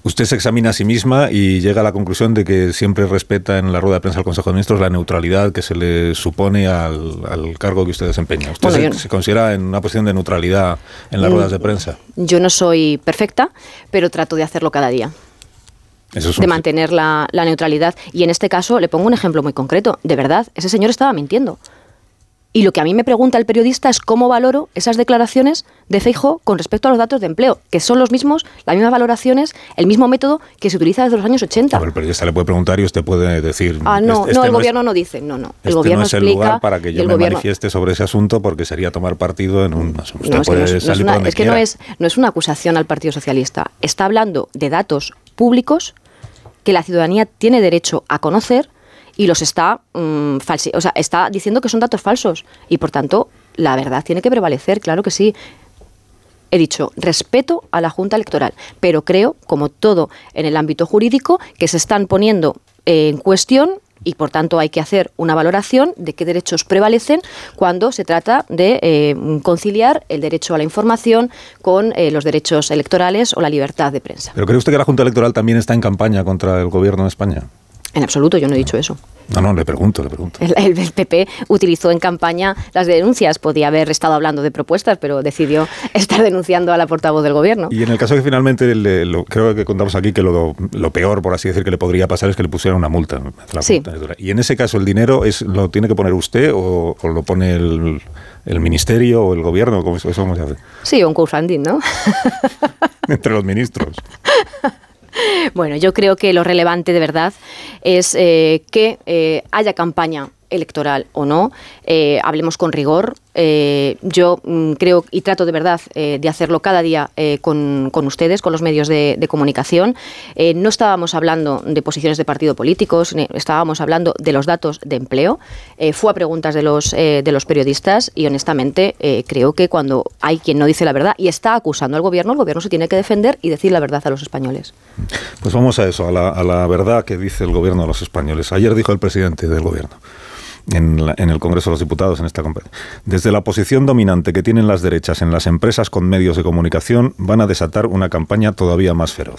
Usted se examina a sí misma y llega a la conclusión de que siempre respeta en la rueda de prensa del Consejo de Ministros la neutralidad que se le supone al, al cargo que usted desempeña. ¿Usted bueno, se, no. se considera en una posición de neutralidad en las ruedas de prensa?
Yo no soy perfecta, pero trato de hacerlo cada día. Eso es un... De mantener la, la neutralidad. Y en este caso, le pongo un ejemplo muy concreto. De verdad, ese señor estaba mintiendo. Y lo que a mí me pregunta el periodista es cómo valoro esas declaraciones de Feijóo con respecto a los datos de empleo, que son los mismos, las mismas valoraciones, el mismo método que se utiliza desde los años ochenta.
Pero el periodista le puede preguntar y usted puede decir...
Ah, no, este, este no el no gobierno es, no dice, no, no. El
este
gobierno
no es el
explica,
lugar para que yo me gobierno... manifieste sobre ese asunto porque sería tomar partido en un asunto. Usted
no,
puede
es que, no es,
salir
no es, una,
por donde
es que no, es, no es una acusación al Partido Socialista. Está hablando de datos públicos que la ciudadanía tiene derecho a conocer y los está um, falsi o sea, está diciendo que son datos falsos y por tanto la verdad tiene que prevalecer, claro que sí. He dicho respeto a la Junta Electoral, pero creo, como todo en el ámbito jurídico, que se están poniendo eh, en cuestión y por tanto hay que hacer una valoración de qué derechos prevalecen cuando se trata de eh, conciliar el derecho a la información con eh, los derechos electorales o la libertad de prensa.
¿Pero cree usted que la Junta Electoral también está en campaña contra el gobierno de España?
En absoluto, yo no he dicho eso.
No, no, le pregunto, le pregunto.
El, el, el P P utilizó en campaña las denuncias. Podía haber estado hablando de propuestas, pero decidió estar denunciando a la portavoz del gobierno.
Y en el caso que finalmente, le, lo, creo que contamos aquí que lo, lo peor, por así decir, que le podría pasar es que le pusieran una multa. La
sí.
multa. Y en ese caso, ¿el dinero es lo tiene que poner usted o, o lo pone el, el ministerio o el gobierno? ¿Cómo, eso cómo se hace?
Sí, un crowdfunding, ¿no?
Entre los ministros.
Bueno, yo creo que lo relevante de verdad es eh, que eh, haya campaña electoral o no, eh, hablemos con rigor. Eh, yo mm, creo y trato de verdad eh, de hacerlo cada día eh, con, con ustedes, con los medios de, de comunicación. Eh, no estábamos hablando de posiciones de partido políticos, estábamos hablando de los datos de empleo. Eh, fue a preguntas de los, eh, de los periodistas y honestamente eh, creo que cuando hay quien no dice la verdad y está acusando al gobierno, el gobierno se tiene que defender y decir la verdad a los españoles.
Pues vamos a eso, a la, a la verdad que dice el gobierno a los españoles. Ayer dijo el presidente del gobierno En, la, en el Congreso de los Diputados, en esta compañía. Desde la posición dominante que tienen las derechas en las empresas con medios de comunicación, van a desatar una campaña todavía más feroz.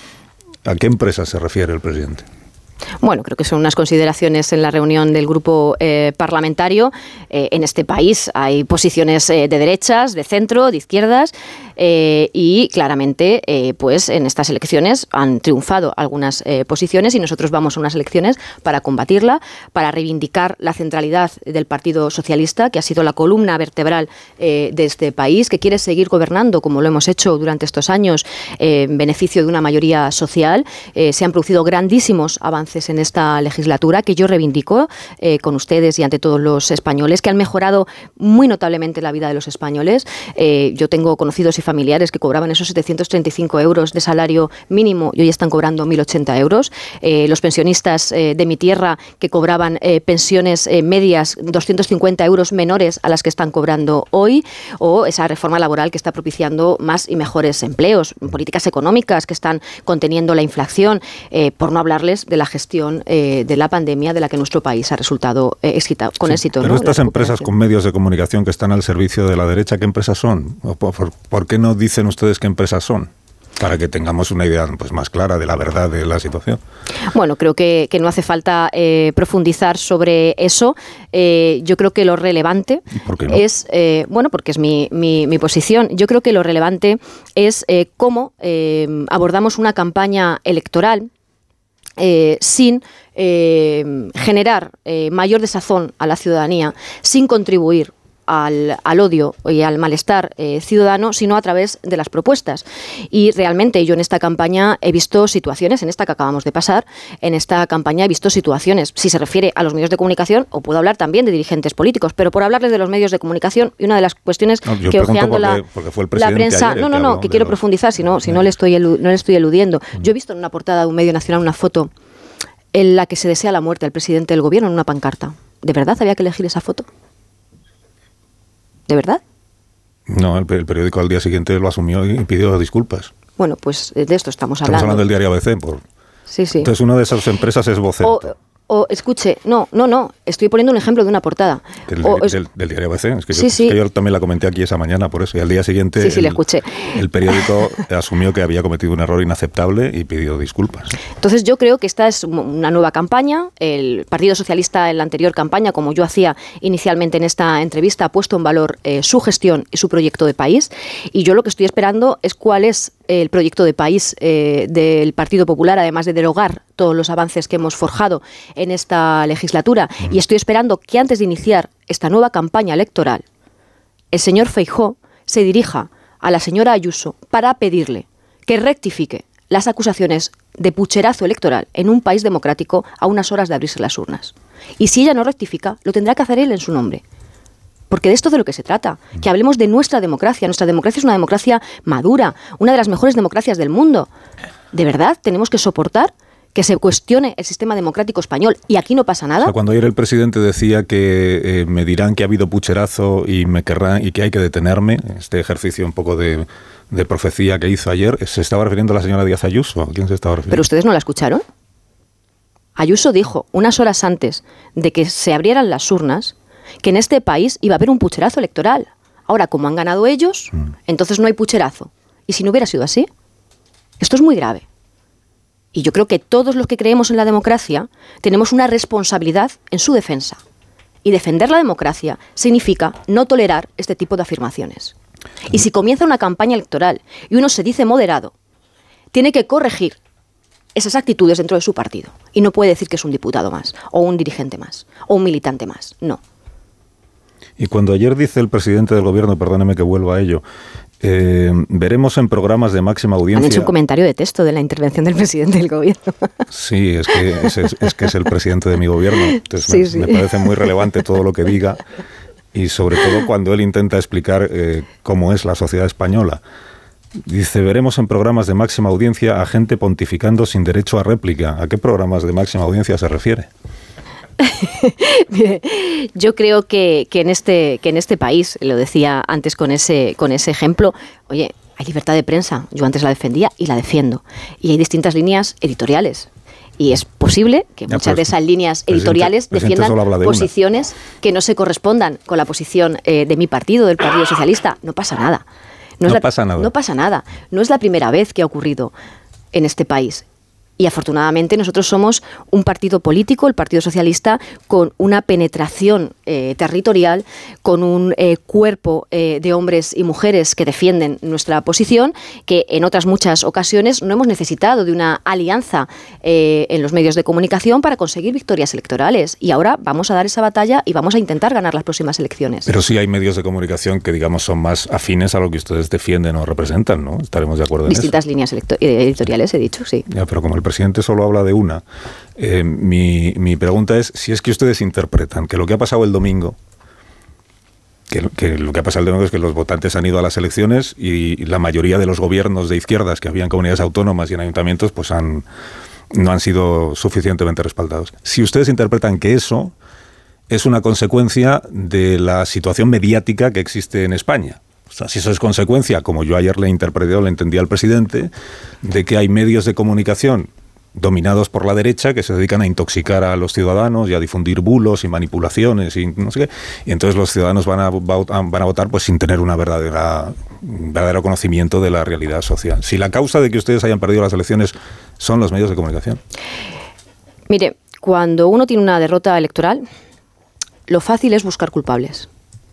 ¿A qué empresas se refiere el presidente?
Bueno, creo que son unas consideraciones en la reunión del grupo eh, parlamentario. Eh, en este país hay posiciones eh, de derechas, de centro, de izquierdas eh, y claramente eh, pues en estas elecciones han triunfado algunas eh, posiciones y nosotros vamos a unas elecciones para combatirla, para reivindicar la centralidad del Partido Socialista, que ha sido la columna vertebral eh, de este país, que quiere seguir gobernando como lo hemos hecho durante estos años eh, en beneficio de una mayoría social. Eh, se han producido grandísimos avances en esta legislatura que yo reivindico eh, con ustedes y ante todos los españoles, que han mejorado muy notablemente la vida de los españoles. Eh, yo tengo conocidos y familiares que cobraban esos setecientos treinta y cinco euros de salario mínimo y hoy están cobrando mil ochenta euros. Eh, los pensionistas eh, de mi tierra que cobraban eh, pensiones eh, medias doscientos cincuenta euros menores a las que están cobrando hoy, o esa reforma laboral que está propiciando más y mejores empleos, políticas económicas que están conteniendo la inflación, eh, por no hablarles de la gestión Eh, de la pandemia de la que nuestro país ha resultado eh, éxito, con
sí,
éxito.
Pero
¿no?
estas empresas con medios de comunicación que están al servicio de la derecha, ¿qué empresas son? ¿Por, por, por qué no dicen ustedes qué empresas son? Para que tengamos una idea pues, más clara de la verdad de la situación.
Bueno, creo que, que no hace falta eh, profundizar sobre eso. Eh, yo creo que lo relevante
¿Por qué no?
es, eh, bueno, porque es mi, mi, mi posición, yo creo que lo relevante es eh, cómo eh, abordamos una campaña electoral Eh, sin eh, generar eh, mayor desazón a la ciudadanía, sin contribuir al, al odio y al malestar eh, ciudadano, sino a través de las propuestas. Y realmente yo en esta campaña he visto situaciones, en esta que acabamos de pasar, en esta campaña he visto situaciones, si se refiere a los medios de comunicación, o puedo hablar también de dirigentes políticos, pero por hablarles de los medios de comunicación, y una de las cuestiones no, que ojeando porque, la, porque fue el la prensa, no, no, no, que, que quiero los... profundizar, si no, si no le estoy, elu, no le estoy eludiendo. Mm. Yo he visto en una portada de un medio nacional una foto en la que se desea la muerte al presidente del gobierno en una pancarta. ¿De verdad había que elegir esa foto? ¿De verdad?
No, el, el periódico al día siguiente lo asumió y pidió disculpas.
Bueno, pues de esto estamos hablando.
Estamos hablando del diario A B C. Por...
Sí, sí.
Entonces, una de esas empresas es Vocento.
O, O escuche, no, no, no, estoy poniendo un ejemplo de una portada.
Del,
o,
del, del diario A B C, es que,
sí,
yo,
sí.
es que yo también la comenté aquí esa mañana por eso, y al día siguiente
sí, sí,
el,
le escuché.
el periódico asumió que había cometido un error inaceptable y pidió disculpas.
Entonces yo creo que esta es una nueva campaña. El Partido Socialista en la anterior campaña, como yo hacía inicialmente en esta entrevista, ha puesto en valor eh, su gestión y su proyecto de país, y yo lo que estoy esperando es cuál es el proyecto de país eh, del Partido Popular, además de derogar todos los avances que hemos forjado en esta legislatura. Mm. Y estoy esperando que antes de iniciar esta nueva campaña electoral, el señor Feijóo se dirija a la señora Ayuso para pedirle que rectifique las acusaciones de pucherazo electoral en un país democrático a unas horas de abrirse las urnas. Y si ella no rectifica, lo tendrá que hacer él en su nombre. Porque de esto es de lo que se trata, que hablemos de nuestra democracia. Nuestra democracia es una democracia madura, una de las mejores democracias del mundo. ¿De verdad tenemos que soportar que se cuestione el sistema democrático español y aquí no pasa nada?
O sea, cuando ayer el presidente decía que eh, me dirán que ha habido pucherazo y me querrán y que hay que detenerme, este ejercicio un poco de, de profecía que hizo ayer, ¿se estaba refiriendo a la señora Díaz Ayuso? ¿A quién se estaba refiriendo?
¿Pero ustedes no la escucharon? Ayuso dijo, unas horas antes de que se abrieran las urnas, que en este país iba a haber un pucherazo electoral. Ahora, como han ganado ellos, mm. entonces no hay pucherazo. ¿Y si no hubiera sido así? Esto es muy grave. Y yo creo que todos los que creemos en la democracia tenemos una responsabilidad en su defensa. Y defender la democracia significa no tolerar este tipo de afirmaciones. Y si comienza una campaña electoral y uno se dice moderado, tiene que corregir esas actitudes dentro de su partido. Y no puede decir que es un diputado más, o un dirigente más, o un militante más. No.
Y cuando ayer dice el presidente del gobierno, perdóneme que vuelva a ello, eh, veremos en programas de máxima audiencia...
Han hecho un comentario de texto de la intervención del presidente del gobierno.
Sí, es que es, es, es que es el presidente de mi gobierno. Entonces sí, me, sí. me parece muy relevante todo lo que diga, y sobre todo cuando él intenta explicar eh, cómo es la sociedad española. Dice, veremos en programas de máxima audiencia a gente pontificando sin derecho a réplica. ¿A qué programas de máxima audiencia se refiere?
Yo creo que, que, en este, que en este país, lo decía antes con ese, con ese ejemplo, oye, hay libertad de prensa. Yo antes la defendía y la defiendo. Y hay distintas líneas editoriales. Y es posible que muchas ya, pues, de esas líneas editoriales presidente, defiendan de posiciones una. que no se correspondan con la posición eh, de mi partido, del Partido Socialista. No pasa nada.
No,
no
la, pasa nada.
No pasa nada. No es la primera vez que ha ocurrido en este país. Y afortunadamente nosotros somos un partido político, el Partido Socialista, con una penetración eh, territorial, con un eh, cuerpo eh, de hombres y mujeres que defienden nuestra posición, que en otras muchas ocasiones no hemos necesitado de una alianza eh, en los medios de comunicación para conseguir victorias electorales. Y ahora vamos a dar esa batalla y vamos a intentar ganar las próximas elecciones.
Pero sí hay medios de comunicación que, digamos, son más afines a lo que ustedes defienden o representan, ¿no? Estaremos de acuerdo en
Distintas
eso.
líneas editoriales, he dicho, sí.
Ya, pero como el El presidente solo habla de una. Eh, mi, mi pregunta es si es que ustedes interpretan que lo que ha pasado el domingo, que, que lo que ha pasado el domingo es que los votantes han ido a las elecciones y la mayoría de los gobiernos de izquierdas que había en comunidades autónomas y en ayuntamientos pues han, no han sido suficientemente respaldados. Si ustedes interpretan que eso es una consecuencia de la situación mediática que existe en España. O sea, si eso es consecuencia, como yo ayer le interpreté o le entendí al presidente, de que hay medios de comunicación dominados por la derecha que se dedican a intoxicar a los ciudadanos y a difundir bulos y manipulaciones y no sé qué, y entonces los ciudadanos van a, van a votar pues sin tener una verdadera un verdadero conocimiento de la realidad social. Si la causa de que ustedes hayan perdido las elecciones son los medios de comunicación.
Mire, cuando uno tiene una derrota electoral, lo fácil es buscar culpables.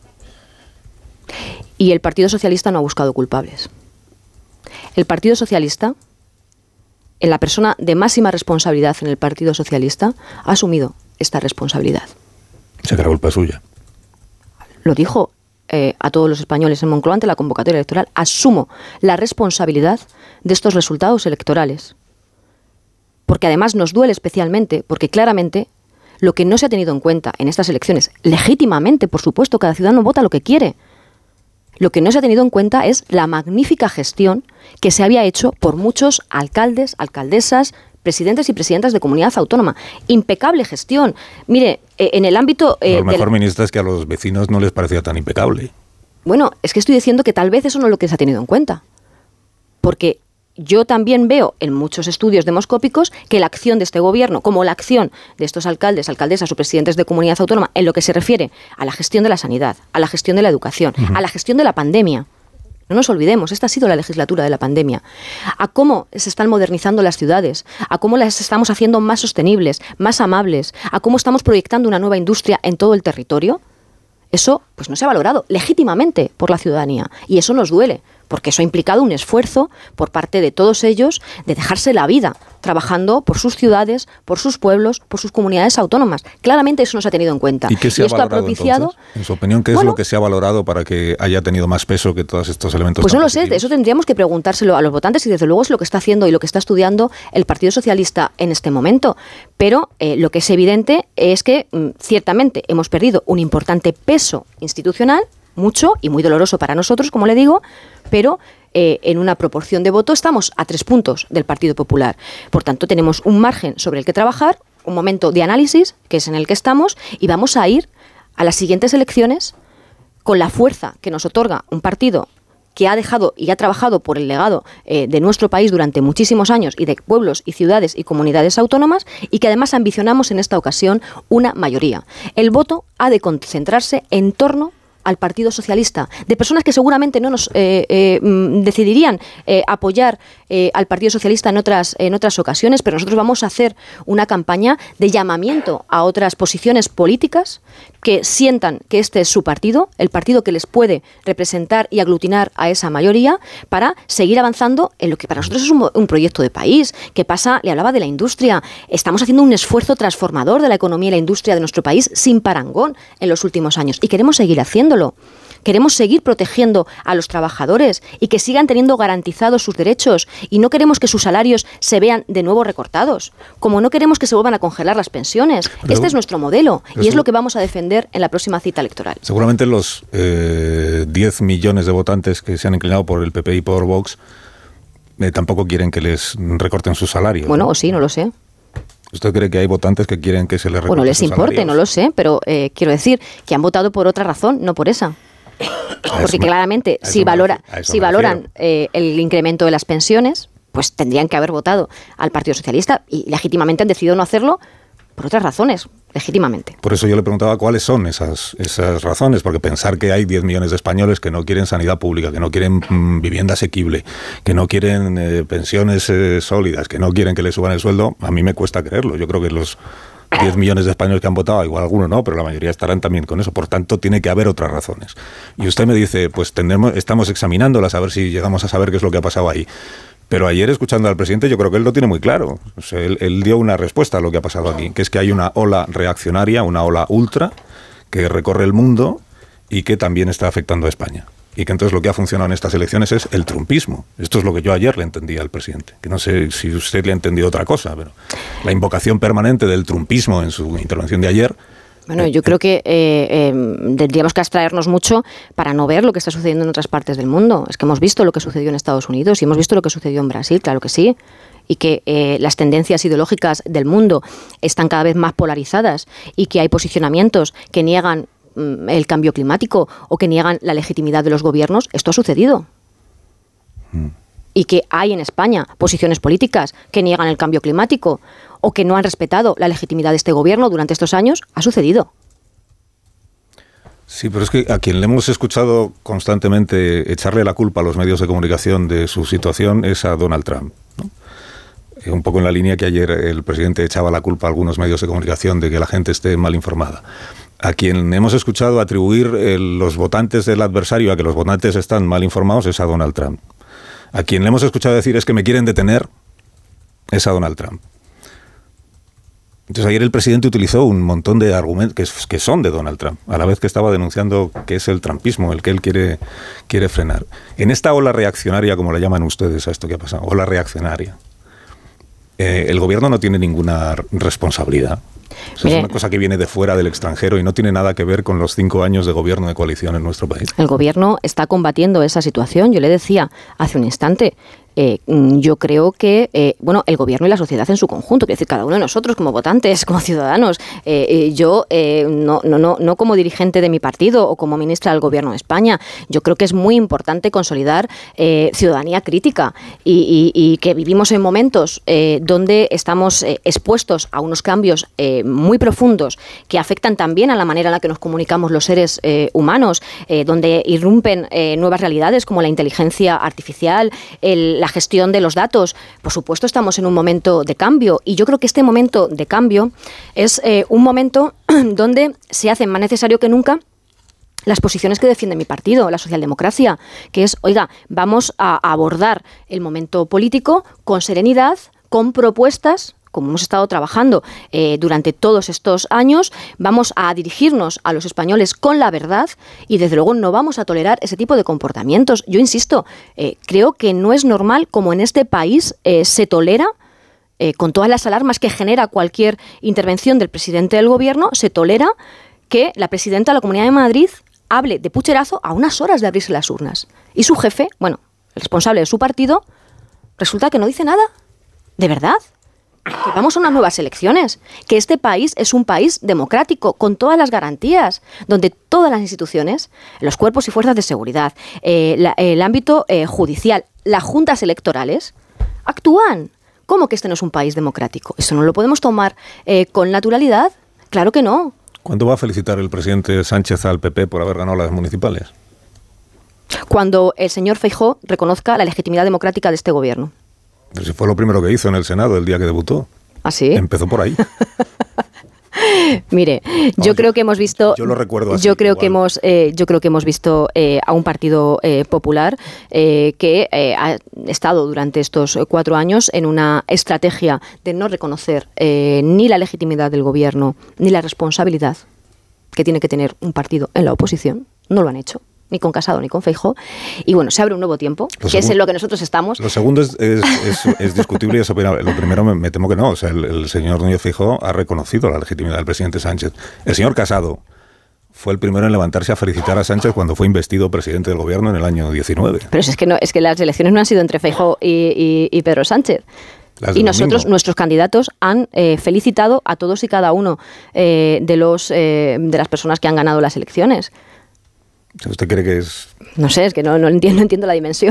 Y el Partido Socialista no ha buscado culpables. El Partido Socialista, en la persona de máxima responsabilidad en el Partido Socialista, ha asumido esta responsabilidad.
Se cree culpa suya.
Lo dijo eh, a todos los españoles en Moncloa ante la convocatoria electoral. Asumo la responsabilidad de estos resultados electorales. Porque además nos duele especialmente, porque claramente lo que no se ha tenido en cuenta en estas elecciones, legítimamente, por supuesto, cada ciudadano vota lo que quiere. Lo que no se ha tenido en cuenta es la magnífica gestión que se había hecho por muchos alcaldes, alcaldesas, presidentes y presidentas de comunidad autónoma. Impecable gestión. Mire, eh, en el ámbito...
Eh, lo mejor, la... ministra, es que a los vecinos no les parecía tan impecable.
Bueno, es que estoy diciendo que tal vez eso no es lo que se ha tenido en cuenta. Porque yo también veo en muchos estudios demoscópicos que la acción de este gobierno, como la acción de estos alcaldes, alcaldesas o presidentes de comunidad autónoma, en lo que se refiere a la gestión de la sanidad, a la gestión de la educación, uh-huh. a la gestión de la pandemia. No nos olvidemos, esta ha sido la legislatura de la pandemia. A cómo se están modernizando las ciudades, a cómo las estamos haciendo más sostenibles, más amables, a cómo estamos proyectando una nueva industria en todo el territorio. Eso pues no se ha valorado legítimamente por la ciudadanía y eso nos duele, porque eso ha implicado un esfuerzo por parte de todos ellos de dejarse la vida trabajando por sus ciudades, por sus pueblos, por sus comunidades autónomas. Claramente eso no se ha tenido en cuenta.
¿Y qué se
y
ha
esto
valorado,
ha propiciado...
Entonces? En su opinión, ¿qué
bueno,
es lo que se ha valorado para que haya tenido más peso que todos estos elementos?
Pues no lo
positivos?
sé, eso tendríamos que preguntárselo a los votantes y desde luego es lo que está haciendo y lo que está estudiando el Partido Socialista en este momento. Pero eh, lo que es evidente es que mm, ciertamente hemos perdido un importante peso institucional, mucho y muy doloroso para nosotros, como le digo, pero eh, en una proporción de voto estamos a tres puntos del Partido Popular. Por tanto, tenemos un margen sobre el que trabajar, un momento de análisis, que es en el que estamos, y vamos a ir a las siguientes elecciones con la fuerza que nos otorga un partido que ha dejado y ha trabajado por el legado eh, de nuestro país durante muchísimos años y de pueblos y ciudades y comunidades autónomas y que además ambicionamos en esta ocasión una mayoría. El voto ha de concentrarse en torno al Partido Socialista, de personas que seguramente no nos eh, eh, decidirían eh, apoyar eh, al Partido Socialista en otras, en otras ocasiones, pero nosotros vamos a hacer una campaña de llamamiento a otras posiciones políticas que sientan que este es su partido, el partido que les puede representar y aglutinar a esa mayoría para seguir avanzando en lo que para nosotros es un, un proyecto de país, que pasa, le hablaba de la industria, estamos haciendo un esfuerzo transformador de la economía y la industria de nuestro país sin parangón en los últimos años y queremos seguir haciéndolo. Queremos seguir protegiendo a los trabajadores y que sigan teniendo garantizados sus derechos y no queremos que sus salarios se vean de nuevo recortados, como no queremos que se vuelvan a congelar las pensiones. Pero, este es nuestro modelo y es lo que vamos a defender en la próxima cita electoral.
Seguramente los eh, diez millones de votantes que se han inclinado por el P P y por Vox eh, tampoco quieren que les recorten sus salarios.
Bueno,
¿no?
o sí, no lo sé.
¿Usted cree que hay votantes que quieren que se les recorten
Bueno, les
sus
importe,
salarios?
no lo sé, pero eh, quiero decir que han votado por otra razón, no por esa. Porque me, claramente, si, valora, si valoran eh, el incremento de las pensiones, pues tendrían que haber votado al Partido Socialista y legítimamente han decidido no hacerlo por otras razones, legítimamente.
Por eso yo le preguntaba cuáles son esas, esas razones, porque pensar que hay diez millones de españoles que no quieren sanidad pública, que no quieren mmm, vivienda asequible, que no quieren eh, pensiones eh, sólidas, que no quieren que les suban el sueldo, a mí me cuesta creerlo. Yo creo que los diez millones de españoles que han votado, igual algunos no, pero la mayoría estarán también con eso. Por tanto, tiene que haber otras razones. Y usted me dice, pues tendremos, estamos examinándolas a ver si llegamos a saber qué es lo que ha pasado ahí. Pero ayer, escuchando al presidente, yo creo que él lo tiene muy claro. O sea, él, él dio una respuesta a lo que ha pasado aquí, que es que hay una ola reaccionaria, una ola ultra, que recorre el mundo y que también está afectando a España. Y que entonces lo que ha funcionado en estas elecciones es el trumpismo. Esto es lo que yo ayer le entendía al presidente. Que no sé si usted le ha entendido otra cosa, pero la invocación permanente del trumpismo en su intervención de ayer...
Bueno, yo creo que eh, eh, tendríamos que abstraernos mucho para no ver lo que está sucediendo en otras partes del mundo. Es que hemos visto lo que sucedió en Estados Unidos y hemos visto lo que sucedió en Brasil, claro que sí. Y que eh, las tendencias ideológicas del mundo están cada vez más polarizadas y que hay posicionamientos que niegan mm, el cambio climático o que niegan la legitimidad de los gobiernos. Esto ha sucedido. Mm. Y que hay en España posiciones políticas que niegan el cambio climático o que no han respetado la legitimidad de este gobierno durante estos años, ha sucedido.
Sí, pero es que a quien le hemos escuchado constantemente echarle la culpa a los medios de comunicación de su situación es a Donald Trump, ¿no? Un poco en la línea que ayer el presidente echaba la culpa a algunos medios de comunicación de que la gente esté mal informada. A quien hemos escuchado atribuir eh, los votantes del adversario a que los votantes están mal informados es a Donald Trump. A quien le hemos escuchado decir es que me quieren detener es a Donald Trump. Entonces ayer el presidente utilizó un montón de argumentos que, que son de Donald Trump, a la vez que estaba denunciando que es el trumpismo el que él quiere, quiere frenar. En esta ola reaccionaria, como le llaman ustedes a esto que ha pasado, ola reaccionaria, eh, el gobierno no tiene ninguna responsabilidad. O sea, es una cosa que viene de fuera, del extranjero, y no tiene nada que ver con los cinco años de gobierno de coalición en nuestro país.
El gobierno está combatiendo esa situación. Yo le decía hace un instante, eh, yo creo que, eh, bueno, el gobierno y la sociedad en su conjunto, quiero decir, cada uno de nosotros como votantes, como ciudadanos, eh, eh, yo eh, no, no, no, no como dirigente de mi partido o como ministra del gobierno de España, yo creo que es muy importante consolidar eh, ciudadanía crítica y, y, y que vivimos en momentos eh, donde estamos eh, expuestos a unos cambios eh, muy profundos que afectan también a la manera en la que nos comunicamos los seres eh, humanos, eh, donde irrumpen eh, nuevas realidades como la inteligencia artificial, el, la gestión de los datos. Por supuesto, estamos en un momento de cambio y yo creo que este momento de cambio es eh, un momento donde se hace más necesario que nunca las posiciones que defiende mi partido, la socialdemocracia, que es, oiga, vamos a abordar el momento político con serenidad, con propuestas, como hemos estado trabajando eh, durante todos estos años, vamos a dirigirnos a los españoles con la verdad y desde luego no vamos a tolerar ese tipo de comportamientos. Yo insisto, eh, creo que no es normal como en este país eh, se tolera, eh, con todas las alarmas que genera cualquier intervención del presidente del gobierno, se tolera que la presidenta de la Comunidad de Madrid hable de pucherazo a unas horas de abrirse las urnas. Y su jefe, bueno, el responsable de su partido, resulta que no dice nada. ¿De verdad? Que vamos a unas nuevas elecciones, que este país es un país democrático, con todas las garantías, donde todas las instituciones, los cuerpos y fuerzas de seguridad, eh, la, el ámbito eh, judicial, las juntas electorales, actúan. ¿Cómo que este no es un país democrático? ¿Eso no lo podemos tomar eh, con naturalidad? Claro que no.
¿Cuándo va a felicitar el presidente Sánchez al P P por haber ganado las municipales?
Cuando el señor Feijóo reconozca la legitimidad democrática de este gobierno.
Pero si fue lo primero que hizo en el Senado el día que debutó.
¿Ah, sí?
Empezó por ahí.
Mire, yo creo que hemos visto.
Yo lo recuerdo así.
Yo creo
igual.
que hemos, eh, yo creo que hemos visto eh, a un partido eh, popular eh, que eh, ha estado durante estos cuatro años en una estrategia de no reconocer eh, ni la legitimidad del gobierno ni la responsabilidad que tiene que tener un partido en la oposición. No lo han hecho. Ni con Casado ni con Feijóo. Y bueno, se abre un nuevo tiempo, lo que segun, es en lo que nosotros estamos.
Lo segundo es, es, es, es discutible y es opinable. Lo primero me, me temo que no. O sea, el, el señor Núñez Feijóo ha reconocido la legitimidad del presidente Sánchez. El señor Casado fue el primero en levantarse a felicitar a Sánchez cuando fue investido presidente del gobierno en el año diecinueve.
Pero es que, no, es que las elecciones no han sido entre Feijóo y, y, y Pedro Sánchez. Y nosotros, domingo. Nuestros candidatos han eh, felicitado a todos y cada uno eh, de, los, eh, de las personas que han ganado las elecciones.
¿Usted cree que es...?
No sé, es que no, no, entiendo, no entiendo la dimensión.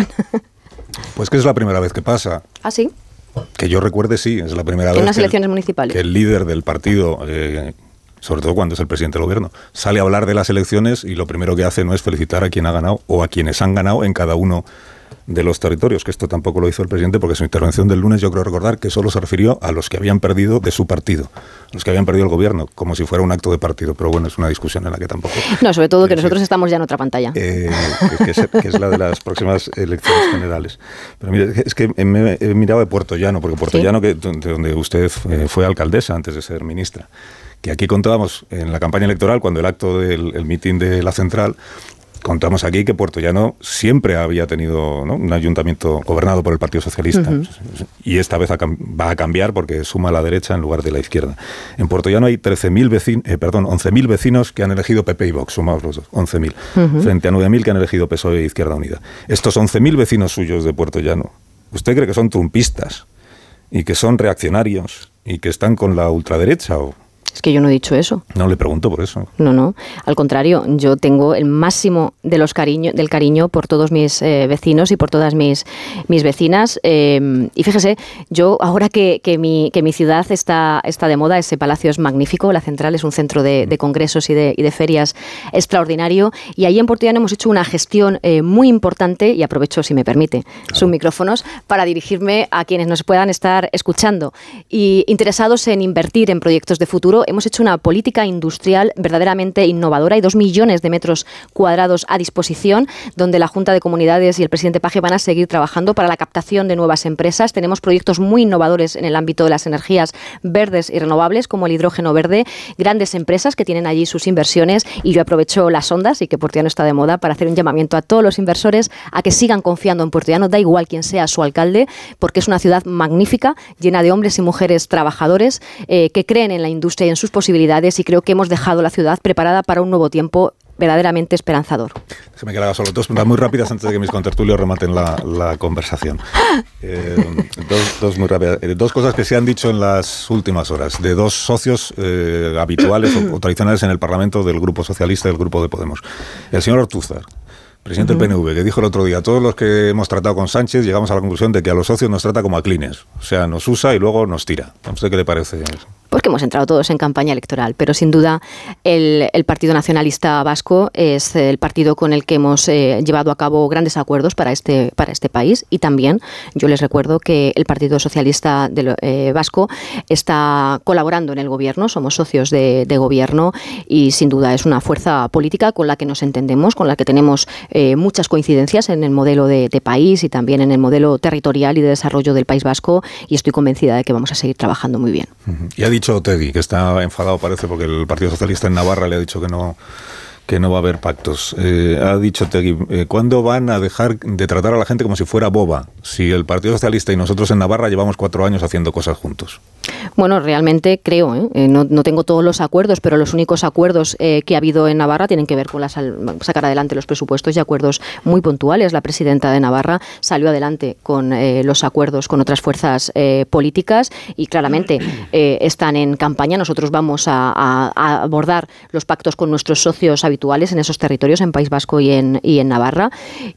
Pues que es la primera vez que pasa.
¿Ah, sí?
Que yo recuerde, sí, es la primera vez
en unas
que
elecciones
el,
municipales.
Que el líder del partido, eh, sobre todo cuando es el presidente del gobierno, sale a hablar de las elecciones y lo primero que hace no es felicitar a quien ha ganado o a quienes han ganado en cada uno de los territorios, que esto tampoco lo hizo el presidente porque su intervención del lunes yo creo recordar que solo se refirió a los que habían perdido de su partido, los que habían perdido el gobierno, como si fuera un acto de partido, pero bueno, es una discusión en la que tampoco...
No, sobre todo que decir, nosotros estamos ya en otra pantalla.
Eh, que, que, es, que es la de las próximas elecciones generales. Pero mire, es que me he mirado de Puerto Llano, porque Puerto ¿Sí? Llano, que, de donde usted fue alcaldesa antes de ser ministra, que aquí contábamos en la campaña electoral, cuando el acto del el mitin de la Central, contamos aquí que Puerto Llano siempre había tenido, ¿no?, un ayuntamiento gobernado por el Partido Socialista. Uh-huh. Y esta vez va a cambiar porque suma a la derecha en lugar de la izquierda. En Puerto Llano hay trece mil vecinos, eh, perdón, once mil vecinos que han elegido P P y Vox, sumados los dos, once mil, uh-huh. frente a nueve mil que han elegido P S O E e Izquierda Unida. Estos once mil vecinos suyos de Puerto Llano, ¿usted cree que son trumpistas y que son reaccionarios y que están con la ultraderecha o...?
Es que yo no he dicho eso.
No le pregunto por eso.
No, no. Al contrario, yo tengo el máximo de los cariño, del cariño por todos mis eh, vecinos y por todas mis, mis vecinas. Eh, y fíjese, yo ahora que, que, mi, que mi ciudad está, está de moda, ese palacio es magnífico, la Central es un centro de, de congresos y de, y de ferias extraordinario. Y ahí en Puerto Llano hemos hecho una gestión eh, muy importante, y aprovecho, si me permite, claro, sus micrófonos para dirigirme a quienes nos puedan estar escuchando y interesados en invertir en proyectos de futuro. Hemos hecho una política industrial verdaderamente innovadora y dos millones de metros cuadrados a disposición, donde la Junta de Comunidades y el presidente Paje van a seguir trabajando para la captación de nuevas empresas. Tenemos proyectos muy innovadores en el ámbito de las energías verdes y renovables, como el hidrógeno verde, grandes empresas que tienen allí sus inversiones, y yo aprovecho las ondas y que Puerto Llano está de moda para hacer un llamamiento a todos los inversores a que sigan confiando en Puerto Llano, da igual quién sea su alcalde, porque es una ciudad magnífica, llena de hombres y mujeres trabajadores eh, que creen en la industria y en sus posibilidades, y creo que hemos dejado la ciudad preparada para un nuevo tiempo verdaderamente esperanzador.
Déjeme que le haga solo dos preguntas muy rápidas antes de que mis contertulios rematen la, la conversación. Eh, dos, dos muy rápidas. Eh, dos cosas que se han dicho en las últimas horas de dos socios eh, habituales o, o tradicionales en el Parlamento del Grupo Socialista y del Grupo de Podemos. El señor Ortúzar, presidente uh-huh. del P N V, que dijo el otro día: todos los que hemos tratado con Sánchez llegamos a la conclusión de que a los socios nos trata como a clines. O sea, nos usa y luego nos tira. ¿A usted qué le parece eso?
Porque hemos entrado todos en campaña electoral, pero sin duda el, el Partido Nacionalista Vasco es el partido con el que hemos eh, llevado a cabo grandes acuerdos para este, para este país, y también yo les recuerdo que el Partido Socialista de, eh, Vasco está colaborando en el gobierno, somos socios de, de gobierno, y sin duda es una fuerza política con la que nos entendemos, con la que tenemos eh, muchas coincidencias en el modelo de, de país y también en el modelo territorial y de desarrollo del País Vasco, y estoy convencida de que vamos a seguir trabajando muy bien.
Uh-huh. Y ha dicho Otegi, que está enfadado, parece, porque el Partido Socialista en Navarra le ha dicho que no que no va a haber pactos. Eh, ha dicho Otegi, eh, ¿cuándo van a dejar de tratar a la gente como si fuera boba? Si el Partido Socialista y nosotros en Navarra llevamos cuatro años haciendo cosas juntos.
Bueno, realmente creo, ¿eh? No, no tengo todos los acuerdos, pero los únicos acuerdos eh, que ha habido en Navarra tienen que ver con la sal, sacar adelante los presupuestos y acuerdos muy puntuales. La presidenta de Navarra salió adelante con eh, los acuerdos con otras fuerzas eh, políticas y claramente eh, están en campaña. Nosotros vamos a, a, a abordar los pactos con nuestros socios habituales en esos territorios, en País Vasco y en, y en Navarra.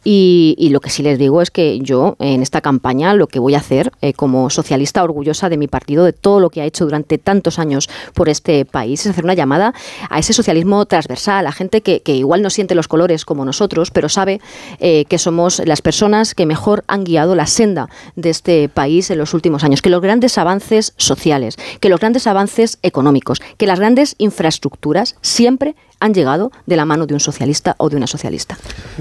Y, y lo que sí les digo es que yo en esta campaña lo que voy a hacer eh, como socialista orgullosa de mi partido, de todo lo que ha hecho durante tantos años por este país, es hacer una llamada a ese socialismo transversal, a gente que, que igual no siente los colores como nosotros, pero sabe eh, que somos las personas que mejor han guiado la senda de este país en los últimos años, que los grandes avances sociales, que los grandes avances económicos, que las grandes infraestructuras siempre han llegado de la mano de un socialista o de una socialista.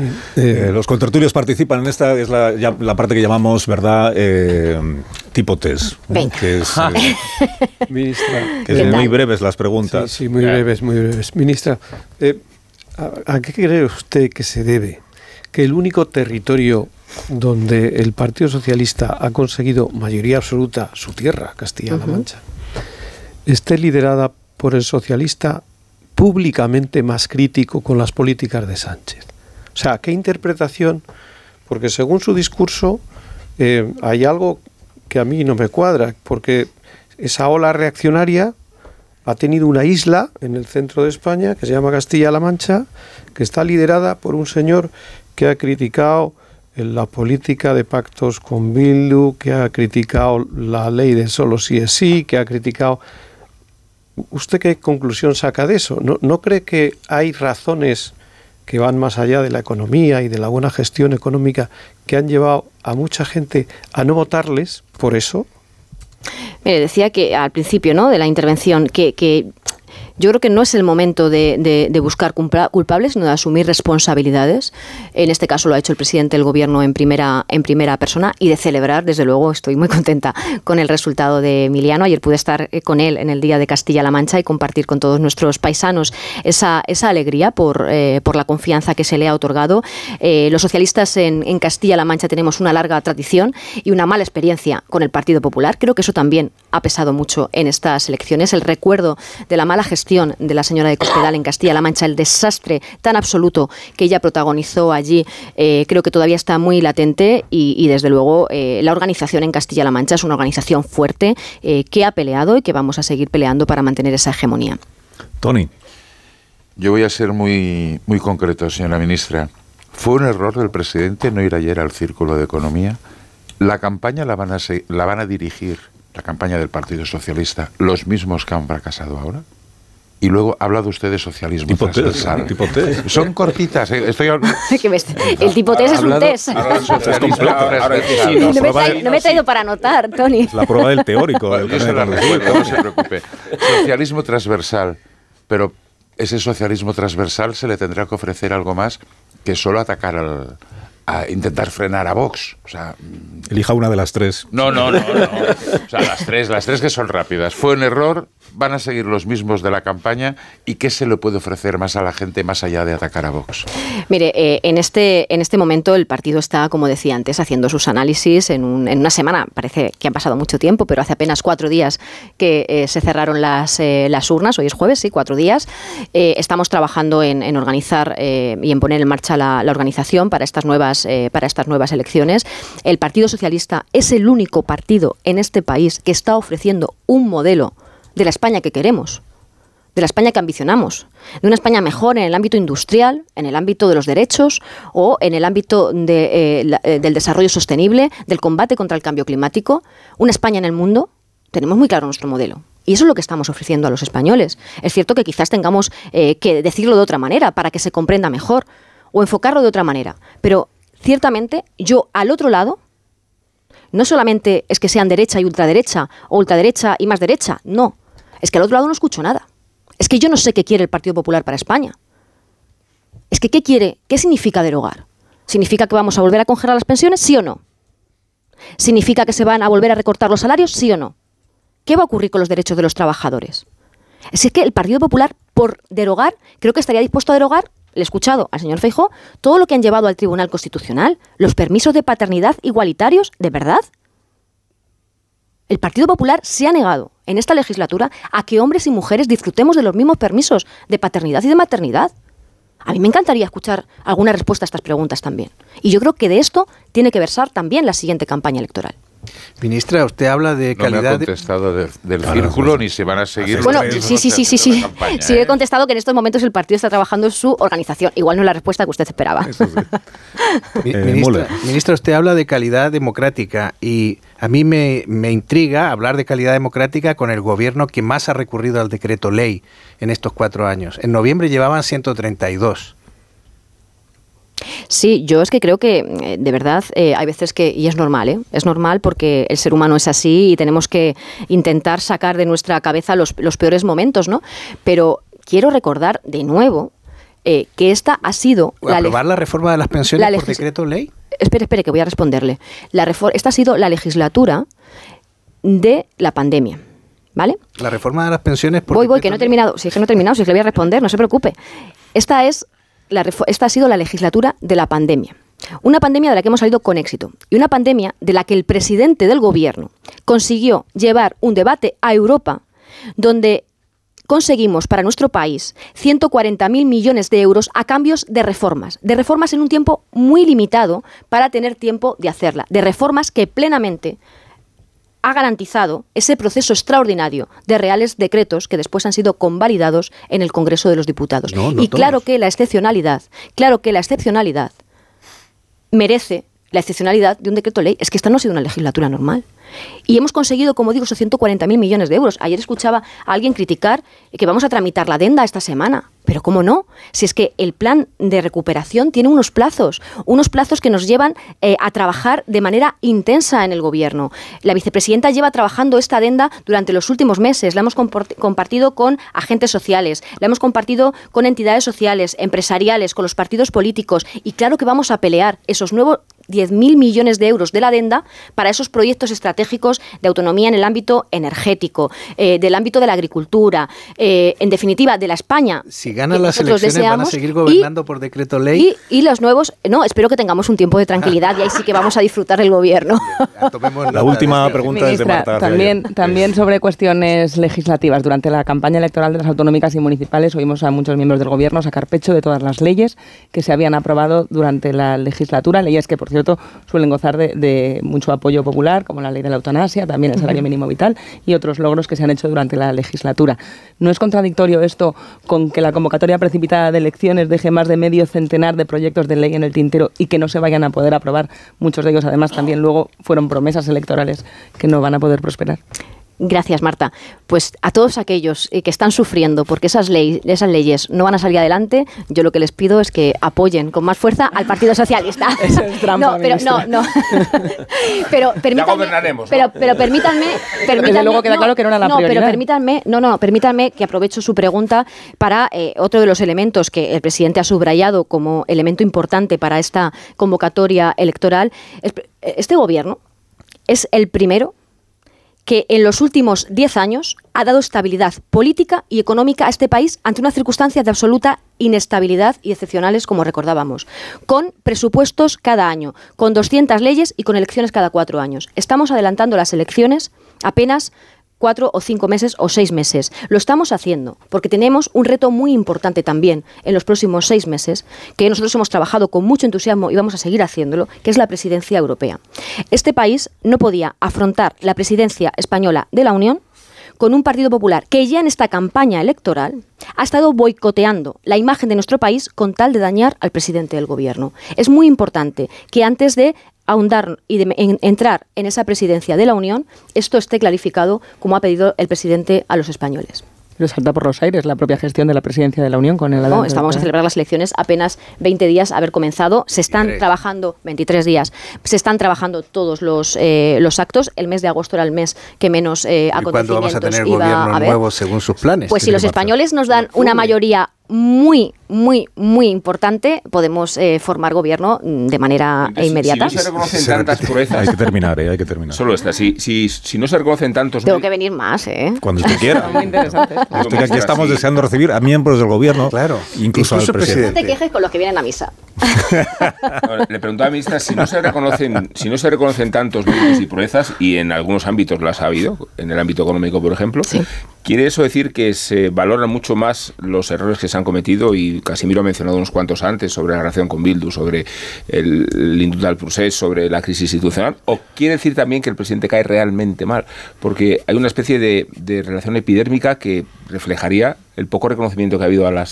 Eh, los contertulios participan en esta, es la, ya, la parte que llamamos, ¿verdad?, eh, tipo test.
Venga.
Que es, eh,
Ministra,
que es muy breves las preguntas.
Sí, sí, muy breves, muy breves. Ministra, eh, ¿a, ¿a qué cree usted que se debe que el único territorio donde el Partido Socialista ha conseguido mayoría absoluta, su tierra, Castilla-La Mancha, uh-huh. esté liderada por el socialista públicamente más crítico con las políticas de Sánchez? O sea, ¿qué interpretación? Porque según su discurso eh, hay algo que a mí no me cuadra, porque esa ola reaccionaria ha tenido una isla en el centro de España que se llama Castilla-La Mancha, que está liderada por un señor que ha criticado la política de pactos con Bildu, que ha criticado la ley de solo sí es sí, que ha criticado... ¿Usted qué conclusión saca de eso? ¿No, no cree que hay razones que van más allá de la economía y de la buena gestión económica que han llevado a mucha gente a no votarles por eso?
Mire, decía que al principio, ¿no?, de la intervención, que, que yo creo que no es el momento de, de, de buscar culpables, sino de asumir responsabilidades. En este caso lo ha hecho el presidente del gobierno en primera, en primera persona, y de celebrar, desde luego, estoy muy contenta con el resultado de Emiliano. Ayer pude estar con él en el Día de Castilla-La Mancha y compartir con todos nuestros paisanos esa, esa alegría por, eh, por la confianza que se le ha otorgado. Eh, los socialistas en, en Castilla-La Mancha tenemos una larga tradición y una mala experiencia con el Partido Popular. Creo que eso también ha pesado mucho en estas elecciones. El recuerdo de la mala gestión de la señora de Cospedal en Castilla-La Mancha, el desastre tan absoluto que ella protagonizó allí, eh, creo que todavía está muy latente, y, y desde luego eh, la organización en Castilla-La Mancha es una organización fuerte eh, que ha peleado y que vamos a seguir peleando para mantener esa hegemonía.
Tony.
Yo voy a ser muy, muy concreto, señora ministra. ¿Fue un error del presidente no ir ayer al Círculo de Economía? La campaña la van a, la van a dirigir, la campaña del Partido Socialista, los mismos que han fracasado ahora. Y luego ha hablado usted de socialismo
tipo
transversal.
Tipo test.
Son cortitas. ¿eh? Estoy al...
El tipo test es un test. No me, tra no me he traído para anotar, Tony.
Es la prueba del teórico.
Bueno, yo se la recuerdo, no se preocupe. Socialismo transversal. Pero ese socialismo transversal se le tendrá que ofrecer algo más que solo atacar al... a intentar frenar a Vox. O sea,
elija una de las tres.
No, no, no, no. O sea, las tres, las tres que son rápidas. Fue un error van a seguir los mismos de la campaña y qué se le puede ofrecer más a la gente más allá de atacar a Vox.
Mire, eh, en, este, en este momento el partido está, como decía antes, haciendo sus análisis en, un, en una semana. Parece que han pasado mucho tiempo, pero hace apenas cuatro días que eh, se cerraron las, eh, las urnas. Hoy es jueves, sí, cuatro días. Eh, estamos trabajando en, en organizar eh, y en poner en marcha la, la organización para estas, nuevas, eh, para estas nuevas elecciones. El Partido Socialista es el único partido en este país que está ofreciendo un modelo de la España que queremos, de la España que ambicionamos, de una España mejor en el ámbito industrial, en el ámbito de los derechos o en el ámbito de, eh, la, eh, del desarrollo sostenible, del combate contra el cambio climático, una España en el mundo. Tenemos muy claro nuestro modelo. Y eso es lo que estamos ofreciendo a los españoles. Es cierto que quizás tengamos eh, que decirlo de otra manera para que se comprenda mejor o enfocarlo de otra manera. Pero ciertamente yo al otro lado, no solamente es que sean derecha y ultraderecha o ultraderecha y más derecha, no. Es que al otro lado no escucho nada. Es que yo no sé qué quiere el Partido Popular para España. Es que ¿qué quiere? ¿Qué significa derogar? ¿Significa que vamos a volver a congelar las pensiones? ¿Sí o no? ¿Significa que se van a volver a recortar los salarios? ¿Sí o no? ¿Qué va a ocurrir con los derechos de los trabajadores? Es que el Partido Popular, por derogar, creo que estaría dispuesto a derogar, le he escuchado al señor Feijóo, todo lo que han llevado al Tribunal Constitucional, los permisos de paternidad igualitarios, ¿de verdad? El Partido Popular se ha negado en esta legislatura a que hombres y mujeres disfrutemos de los mismos permisos de paternidad y de maternidad. A mí me encantaría escuchar alguna respuesta a estas preguntas también. Y yo creo que de esto tiene que versar también la siguiente campaña electoral.
Ministra, usted habla de
no
calidad...
No me ha contestado de, del claro, círculo pues, ni se van a seguir...
Bueno, sí, sí, sí, sí, sí. Campaña, sí, ¿eh? He contestado que en estos momentos el partido está trabajando en su organización. Igual no es la respuesta que usted esperaba. Eso sí.
Mi, eh, ministra, ministra, usted habla de calidad democrática y a mí me, me intriga hablar de calidad democrática con el gobierno que más ha recurrido al decreto ley en estos cuatro años. En noviembre llevaban ciento treinta y dos.
Sí, yo es que creo que, de verdad, eh, hay veces que, y es normal, ¿eh? Es normal porque el ser humano es así y tenemos que intentar sacar de nuestra cabeza los, los peores momentos, ¿no? Pero quiero recordar de nuevo eh, que esta ha sido...
¿Aprobar la, la reforma de las pensiones por decreto ley?
Espere, espere, que voy a responderle. La refor- esta ha sido la legislatura de la pandemia. ¿Vale?
La reforma de las pensiones por
Voy, voy, que no he terminado. Si es que no he terminado, si es que le voy a responder, no se preocupe. Esta es... La, esta ha sido la legislatura de la pandemia. Una pandemia de la que hemos salido con éxito. Y una pandemia de la que el presidente del gobierno consiguió llevar un debate a Europa donde conseguimos para nuestro país ciento cuarenta mil millones de euros a cambios de reformas. De reformas en un tiempo muy limitado para tener tiempo de hacerla. De reformas que plenamente ha garantizado ese proceso extraordinario de reales decretos que después han sido convalidados en el Congreso de los Diputados. No, no y todos. claro que la excepcionalidad, claro que la excepcionalidad merece la excepcionalidad de un decreto ley. Es que esta no ha sido una legislatura normal. Y hemos conseguido, como digo, esos ciento cuarenta mil millones de euros. Ayer escuchaba a alguien criticar que vamos a tramitar la adenda esta semana. Pero ¿cómo no? Si es que el plan de recuperación tiene unos plazos, unos plazos que nos llevan eh, a trabajar de manera intensa en el gobierno. La vicepresidenta lleva trabajando esta adenda durante los últimos meses. La hemos compartido con agentes sociales, la hemos compartido con entidades sociales, empresariales, con los partidos políticos. Y claro que vamos a pelear esos nuevos diez mil millones de euros de la adenda para esos proyectos estratégicos de autonomía en el ámbito energético, eh, del ámbito de la agricultura, eh, en definitiva, de la España.
Si ganan las elecciones, van a seguir gobernando y, por decreto ley.
Y, y los nuevos, no, espero que tengamos un tiempo de tranquilidad y ahí sí que vamos a disfrutar el gobierno.
La última pregunta
Ministra,
es de Marta.
También, también sobre cuestiones legislativas. Durante la campaña electoral de las autonómicas y municipales oímos a muchos miembros del gobierno sacar pecho de todas las leyes que se habían aprobado durante la legislatura, leyes que, por cierto, suelen gozar de, de mucho apoyo popular, como la ley de la eutanasia, también el salario mínimo vital y otros logros que se han hecho durante la legislatura. ¿No es contradictorio esto con que la convocatoria precipitada de elecciones deje más de medio centenar de proyectos de ley en el tintero y que no se vayan a poder aprobar? Muchos de ellos, además, también luego fueron promesas electorales que no van a poder prosperar.
Gracias, Marta. Pues a todos aquellos que están sufriendo porque esas, ley, esas leyes no van a salir adelante, yo lo que les pido es que apoyen con más fuerza al Partido Socialista.
Eso es trampa,
no, pero no, no. pero permítanme,
ya gobernaremos, ¿no?
pero, pero permítanme, permítanme
Desde luego queda
no,
claro que no era la
no,
prioridad.
pero permítanme, no, no, permítanme que aprovecho su pregunta para eh, otro de los elementos que el presidente ha subrayado como elemento importante para esta convocatoria electoral. Este gobierno es el primero que en los últimos diez años ha dado estabilidad política y económica a este país ante una circunstancia de absoluta inestabilidad y excepcionales, como recordábamos, con presupuestos cada año, con doscientas leyes y con elecciones cada cuatro años. Estamos adelantando las elecciones apenas cuatro o cinco meses o seis meses. Lo estamos haciendo porque tenemos un reto muy importante también en los próximos seis meses, que nosotros hemos trabajado con mucho entusiasmo y vamos a seguir haciéndolo, que es la presidencia europea. Este país no podía afrontar la presidencia española de la Unión con un Partido Popular que ya en esta campaña electoral ha estado boicoteando la imagen de nuestro país con tal de dañar al presidente del gobierno. Es muy importante que antes de ahondar y de en, entrar en esa presidencia de la Unión, esto esté clarificado como ha pedido el presidente a los españoles.
Pero salta por los aires la propia gestión de la presidencia de la Unión con el
No, estamos a celebrar las elecciones apenas veinte días haber comenzado. Se están veintitrés. Trabajando, veintitrés días, se están trabajando todos los, eh, los actos. El mes de agosto era el mes que menos eh, acontecimientos iba a haber.
¿Y cuándo vamos a tener gobierno nuevo según sus planes?
Pues si los españoles nos dan una mayoría muy, muy, muy importante, podemos eh, formar gobierno de manera
Entonces,
inmediata.
Si no se reconocen tantas purezas...
Hay que terminar, eh, hay que terminar.
Solo esta. Si, si, si no se reconocen tantos...
Tengo que venir más, ¿eh?
Cuando usted quiera.
Muy interesante.
Usted que aquí estamos sí. deseando recibir a miembros del gobierno, claro, incluso, incluso al presidente.
No te quejes con los que vienen a misa.
No, le preguntaba a la ministra si no se reconocen, si no se reconocen tantos méritos y proezas, y en algunos ámbitos las ha habido, en el ámbito económico, por ejemplo, sí. ¿Quiere eso decir que se valoran mucho más los errores que se han cometido? Y Casimiro ha mencionado unos cuantos antes sobre la relación con Bildu, sobre el, el indulto al procés, sobre la crisis institucional. ¿O quiere decir también que el presidente cae realmente mal? Porque hay una especie de, de relación epidérmica que reflejaría el poco reconocimiento que ha habido a los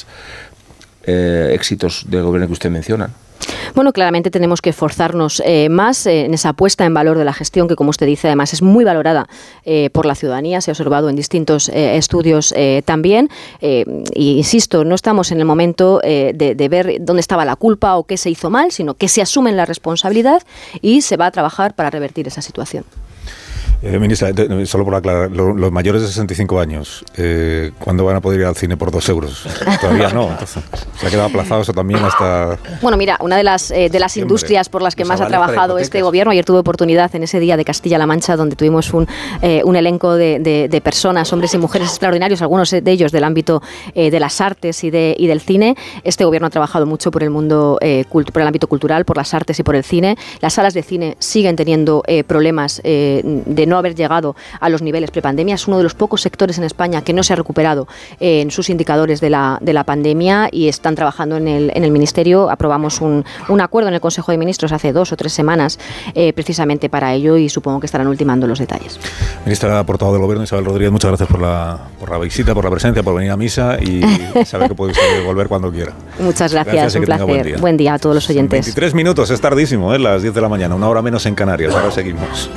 eh, éxitos del gobierno que usted menciona.
Bueno, claramente tenemos que esforzarnos eh, más eh, en esa puesta en valor de la gestión, que como usted dice, además es muy valorada eh, por la ciudadanía, se ha observado en distintos eh, estudios eh, también. Eh, y insisto, no estamos en el momento eh, de, de ver dónde estaba la culpa o qué se hizo mal, sino que se asumen la responsabilidad y se va a trabajar para revertir esa situación.
Eh, ministra, solo por aclarar, lo, los mayores de sesenta y cinco años, eh, ¿cuándo van a poder ir al cine por dos euros? Todavía no, entonces se ha quedado aplazado eso también hasta...
Bueno, mira, una de las eh, de las Siempre. industrias por las que más ha trabajado este gobierno, ayer tuve oportunidad en ese día de Castilla-La Mancha, donde tuvimos un, eh, un elenco de, de, de personas, hombres y mujeres extraordinarios, algunos de ellos del ámbito eh, de las artes y, de, y del cine. Este gobierno ha trabajado mucho por el mundo, eh, cult- por el ámbito cultural, por las artes y por el cine. Las salas de cine siguen teniendo eh, problemas eh, de no haber llegado a los niveles prepandemia. Es uno de los pocos sectores en España que no se ha recuperado eh, en sus indicadores de la, de la pandemia, y están trabajando en el, en el Ministerio. Aprobamos un, un acuerdo en el Consejo de Ministros hace dos o tres semanas eh, precisamente para ello, y supongo que estarán ultimando los detalles.
Ministra portavoz del Gobierno, Isabel Rodríguez, muchas gracias por la, por la visita, por la presencia, por venir a misa, y saber que puede usted volver cuando quiera.
Muchas gracias, gracias un placer. Buen día. Buen día a todos los oyentes.
veintitrés minutos, es tardísimo, ¿eh? Las diez de la mañana, una hora menos en Canarias. Ahora seguimos.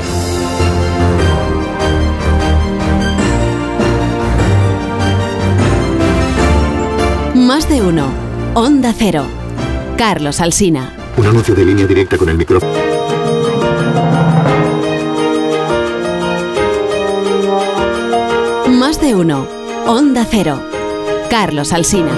Más de uno. Onda Cero. Carlos Alsina.
Un anuncio de Línea Directa con el micrófono.
Más de uno. Onda Cero. Carlos Alsina.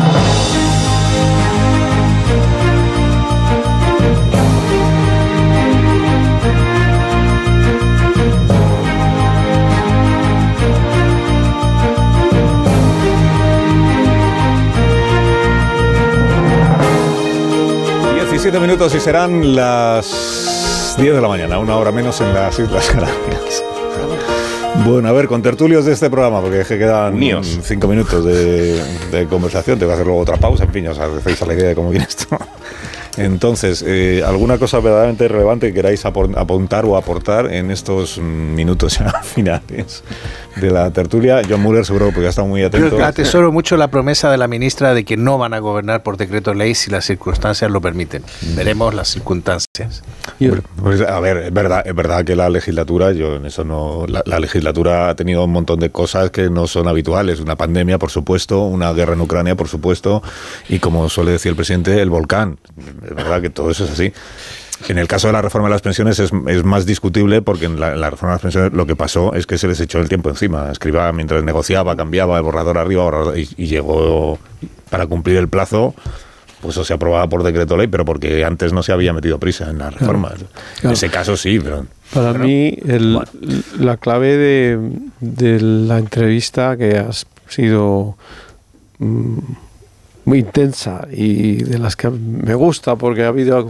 diecisiete minutos y serán las diez de la mañana, una hora menos en las Islas Canarias. Bueno, a ver, con tertulios de este programa, porque es que quedan Míos. cinco minutos de, de conversación, te voy a hacer luego otra pausa, en fin, ya os hacéis a la idea de cómo viene esto. Entonces, eh, ¿alguna cosa verdaderamente relevante que queráis apuntar o aportar en estos minutos ya finales de la tertulia? John Muller seguro porque ha estado muy atento.
Yo atesoro mucho la promesa de la ministra de que no van a gobernar por decreto ley si las circunstancias lo permiten. Veremos las circunstancias.
Pues, a ver, es verdad, es verdad que la legislatura, yo en eso no, la, la legislatura ha tenido un montón de cosas que no son habituales. Una pandemia, por supuesto, una guerra en Ucrania, por supuesto, y como suele decir el presidente, el volcán. Es verdad que todo eso es así. En el caso de la reforma de las pensiones es, es más discutible, porque en la, en la reforma de las pensiones lo que pasó es que se les echó el tiempo encima. Escribía mientras negociaba, cambiaba el borrador arriba borrador, y, y llegó para cumplir el plazo pues eso se aprobaba por decreto ley, pero porque antes no se había metido prisa en la reforma. Claro. En ese caso sí, pero...
Para
pero,
mí, el, bueno. la clave de, de la entrevista, que ha sido mmm, muy intensa y de las que me gusta porque ha habido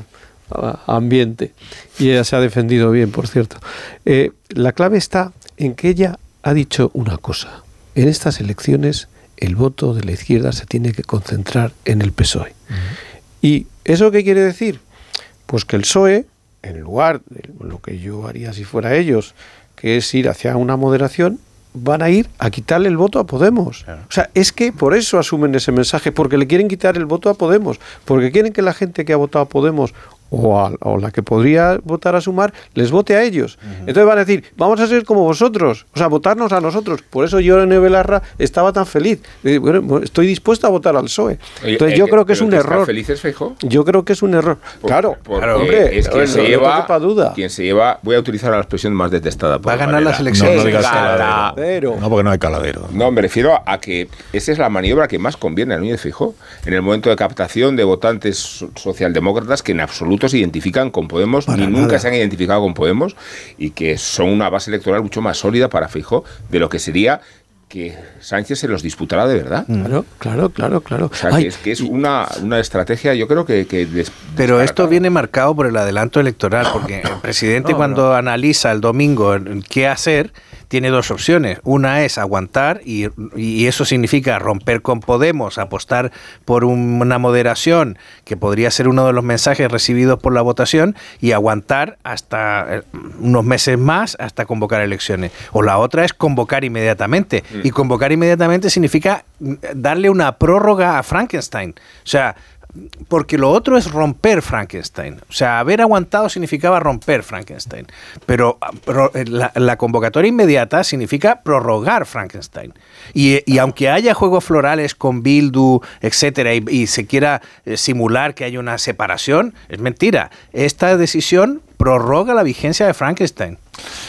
ambiente y ella se ha defendido bien, por cierto, eh, la clave está en que ella ha dicho una cosa: en estas elecciones el voto de la izquierda se tiene que concentrar en el P S O E. Uh-huh. ¿Y eso qué quiere decir? Pues que el P S O E, en lugar de lo que yo haría si fuera ellos, que es ir hacia una moderación, van a ir a quitarle el voto a Podemos. Claro. O sea, es que por eso asumen ese mensaje, porque le quieren quitar el voto a Podemos, porque quieren que la gente que ha votado a Podemos o, a, o la que podría votar a Sumar, les vote a ellos. Uh-huh. Entonces van a decir, vamos a ser como vosotros, o sea, votarnos a nosotros. Por eso Yone Belarra estaba tan feliz. Bueno, estoy dispuesto a votar al P S O E. Entonces
Oye,
yo
eh,
creo que es un
que
error.
¿Feliz es Feijóo?
Yo creo que es un error.
Por,
claro,
por,
claro, hombre,
es quien
no,
se
no,
lleva,
no duda.
quien se lleva, voy a utilizar la expresión más detestada.
Va a ganar las elecciones.
No, no digas caladero. No, porque no hay caladero.
No, me refiero a que esa es la maniobra que más conviene a Núñez Feijóo en el momento de captación de votantes socialdemócratas que en absoluto se identifican con Podemos, para ni nada. Nunca se han identificado con Podemos, y que son una base electoral mucho más sólida para Feijóo de lo que sería que Sánchez se los disputara de verdad.
Claro, claro, claro, claro.
O sea, Ay, que es, que es una, una estrategia, yo creo que... que des,
pero esto viene marcado por el adelanto electoral, porque el presidente no, cuando no. analiza el domingo qué hacer, tiene dos opciones. Una es aguantar, y, y eso significa romper con Podemos, apostar por un, una moderación, que podría ser uno de los mensajes recibidos por la votación, y aguantar hasta unos meses más, hasta convocar elecciones. O la otra es convocar inmediatamente. Mm. Y convocar inmediatamente significa darle una prórroga a Frankenstein. O sea, porque lo otro es romper Frankenstein. O sea, haber aguantado significaba romper Frankenstein. Pero, pero la, la convocatoria inmediata significa prorrogar Frankenstein. Y, y aunque haya juegos florales con Bildu, etcétera, y, y se quiera eh, simular que hay una separación, es mentira. Esta decisión prorroga la vigencia de Frankenstein.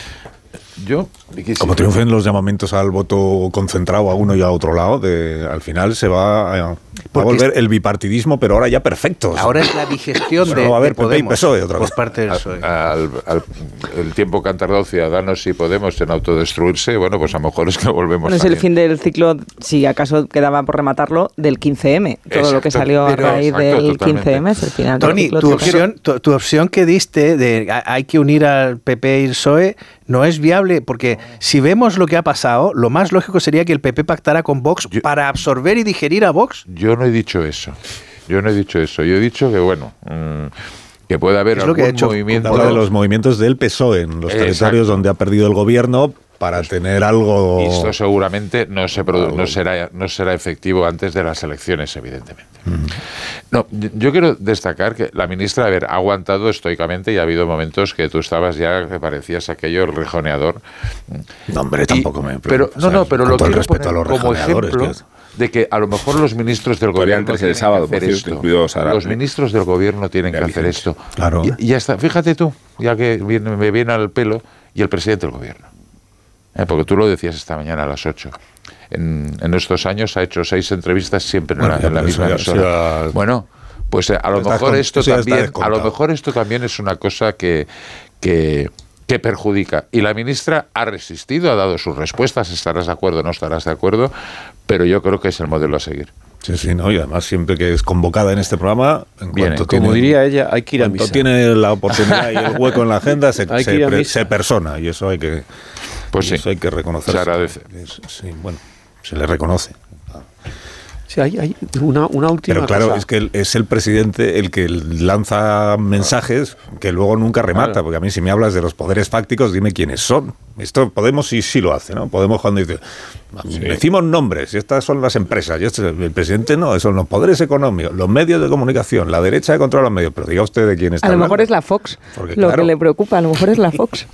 Yo,
como triunfen los llamamientos al voto concentrado a uno y a otro lado, de, al final se va a, a volver el bipartidismo, pero ahora ya perfecto.
Ahora es la digestión de,
no va a haber
de Podemos,
P P y P S O E otra
por
vez.
parte del P S O E.
Al, al, el tiempo que han tardado Ciudadanos y Podemos en autodestruirse, bueno, pues a lo mejor es que volvemos
bueno, es
también.
el fin del ciclo, si acaso quedaba por rematarlo, del quince eme. Todo exacto, lo que salió a raíz exacto, del totalmente. quince eme es el final
Tony,
del ciclo.
Tu opción, tu, tu opción que diste de hay que unir al P P y el P S O E no es viable, porque si vemos lo que ha pasado, lo más lógico sería que el P P pactara con Vox yo, para absorber y digerir a Vox.
Yo no he dicho eso. Yo no he dicho eso. Yo he dicho que, bueno, mmm, que puede haber algún que hecho, movimiento...
Habla de los movimientos del P S O E en los exacto. territorios donde ha perdido el gobierno para tener algo...
Y esto seguramente no, se produ- no, será, no será efectivo antes de las elecciones, evidentemente. Mm. No, yo quiero destacar que la ministra, a ver, ha aguantado estoicamente y ha habido momentos que tú estabas ya, que parecías aquello, el rejoneador.
No, hombre, tampoco y, me...
Pero, no, no, pero lo quiero
respeto a los
como ejemplo que... de que a lo mejor los ministros del gobierno
antes el sábado,
hacer esto. Los ministros del gobierno tienen que hacer esto.
Claro.
Y, y ya está. Fíjate tú, ya que viene, me viene al pelo, y el presidente del gobierno. Eh, porque tú lo decías esta mañana a las ocho. En, en estos años ha hecho seis entrevistas siempre en, bueno, la, en la misma emisora. Ya... Bueno, pues eh, a lo mejor con, esto también, a lo mejor esto también es una cosa que, que, que perjudica. Y la ministra ha resistido, ha dado sus respuestas, estarás de acuerdo o no estarás de acuerdo, pero yo creo que es el modelo a seguir.
Sí, sí, no, y además siempre que es convocada en este programa, en
Viene,
cuanto
como
tiene,
diría ella, hay que ir a misa.
Tiene la oportunidad y el hueco en la agenda, se, se, pre, se persona, y eso hay que,
pues sí,
eso hay que reconocer.
Se agradece.
Sí, bueno, se le reconoce.
Sí, hay, hay una, una última
Pero claro,
cosa.
es que es el presidente el que lanza mensajes que luego nunca remata, claro. Porque a mí si me hablas de los poderes fácticos, dime quiénes son. Esto Podemos sí, sí lo hace, ¿no? Podemos cuando dice, sí. decimos nombres, y estas son las empresas, y este, el presidente no, son los poderes económicos, los medios de comunicación, la derecha que controla los medios, pero diga usted de quién está
A lo
hablando.
mejor es la Fox,
Porque,
lo
claro,
que le preocupa, a lo mejor es la Fox.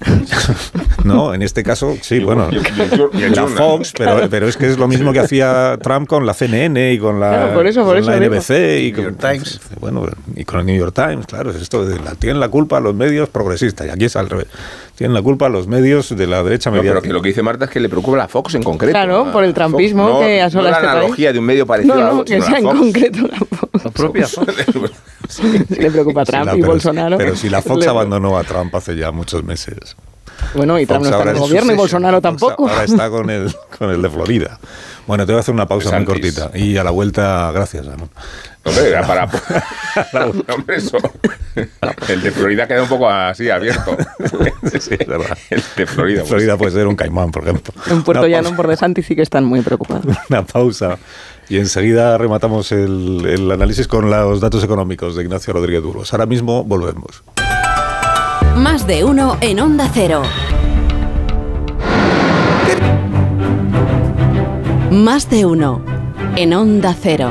No, en este caso, sí, bueno, la Fox, pero, claro. pero es que es lo mismo que hacía Trump con la C N N y con la,
claro, por eso, por
con
eso
la N B C
digo.
y con
New York Times.
Bueno, y con el New York Times, claro, es esto de la, tienen la culpa los medios progresistas, y aquí es al revés. Tienen la culpa los medios de la derecha mediática.
No, pero que lo que dice Marta es que le preocupa la Fox en concreto.
Claro, por el trumpismo
no,
que asola
no
este
la analogía
país.
de un medio parecido
no, no,
a la Fox,
que sea en concreto la Fox.
La propia Fox.
Sí, le preocupa a Trump
Sí, la-
y
pero,
Bolsonaro.
Pero si la Fox
Le-
abandonó a Trump hace ya muchos meses.
Bueno, y Trump no
Fox
está en
ahora
el
es
gobierno y
Succession.
Bolsonaro
Fox
tampoco.
Ahora está con el, con el de Florida. Bueno, te voy a hacer una pausa muy
Santis.
cortita. Y a la vuelta, gracias, Ramón.
Hombre, era para... Hombre, eso... El de Florida queda un poco así, abierto.
Sí, es verdad.
El de Florida. pues.
Florida puede ser un caimán, por ejemplo.
En Puerto
Una
Llano,
pausa-
por DeSantis, sí que están muy preocupados.
Una pausa. Y enseguida rematamos el, el análisis con los datos económicos de Ignacio Rodríguez Burgos. Ahora mismo volvemos.
Más de uno en Onda Cero. Más de uno en Onda Cero.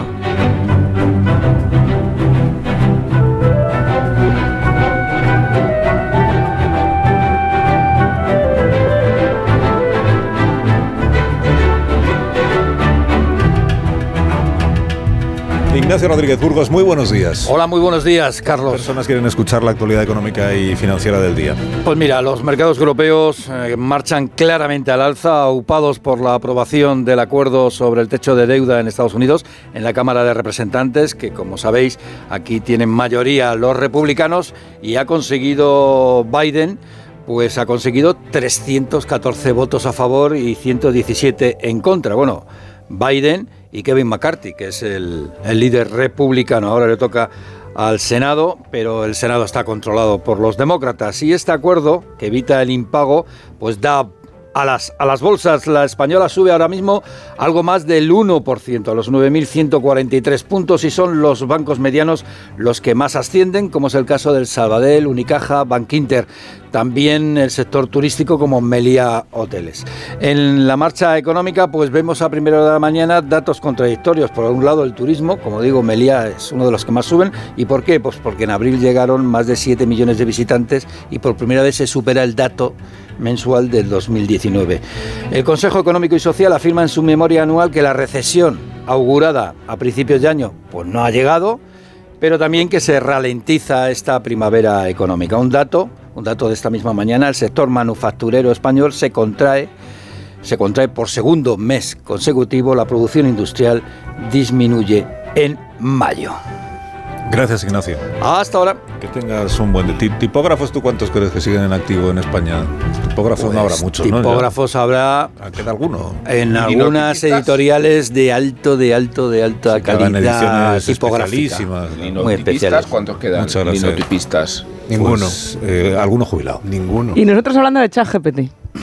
Ignacio Rodríguez Burgos, muy buenos días.
Hola, muy buenos días, Carlos.
Personas quieren escuchar la actualidad económica y financiera del día.
Pues mira, los mercados europeos eh, marchan claramente al alza, aupados por la aprobación del acuerdo sobre el techo de deuda en Estados Unidos en la Cámara de Representantes, que como sabéis aquí tienen mayoría los republicanos, y ha conseguido Biden, pues ha conseguido trescientos catorce votos a favor y ciento diecisiete en contra. Bueno, Biden y Kevin McCarthy, que es el, el líder republicano. Ahora le toca al Senado, pero el Senado está controlado por los demócratas. Y este acuerdo, que evita el impago, pues da a las, a las bolsas. La española sube ahora mismo algo más del uno por ciento, a los nueve mil ciento cuarenta y tres puntos, y son los bancos medianos los que más ascienden, como es el caso del Sabadell, Unicaja, Bankinter. También el sector turístico como Meliá Hoteles. En la marcha económica, pues vemos a primera hora de la mañana datos contradictorios. Por un lado, el turismo, como digo, Meliá es uno de los que más suben. ¿Y por qué? Pues porque en abril llegaron más de siete millones de visitantes y por primera vez se supera el dato mensual del dos mil diecinueve. El Consejo Económico y Social afirma en su memoria anual que la recesión augurada a principios de año pues no ha llegado, pero también que se ralentiza esta primavera económica. Un dato, un dato de esta misma mañana, el sector manufacturero español se contrae, se contrae por segundo mes consecutivo, la producción industrial disminuye en mayo.
Gracias, Ignacio.
Hasta ahora.
Que tengas un buen día. ¿Tipógrafos tú cuántos crees que siguen en activo en España? Tipógrafos
Pues
no habrá muchos, ¿no?
tipógrafos habrá...
¿Queda alguno?
En algunas editoriales de alto, de alto, de alta
que hagan
calidad
ediciones
tipográfica.
especialísimas.
Muy especiales.
¿Cuántos quedan?
Muchas gracias.
Linotipistas.
Ninguno.
Pues, eh, alguno jubilado.
Ninguno.
Y nosotros hablando de ChatGPT.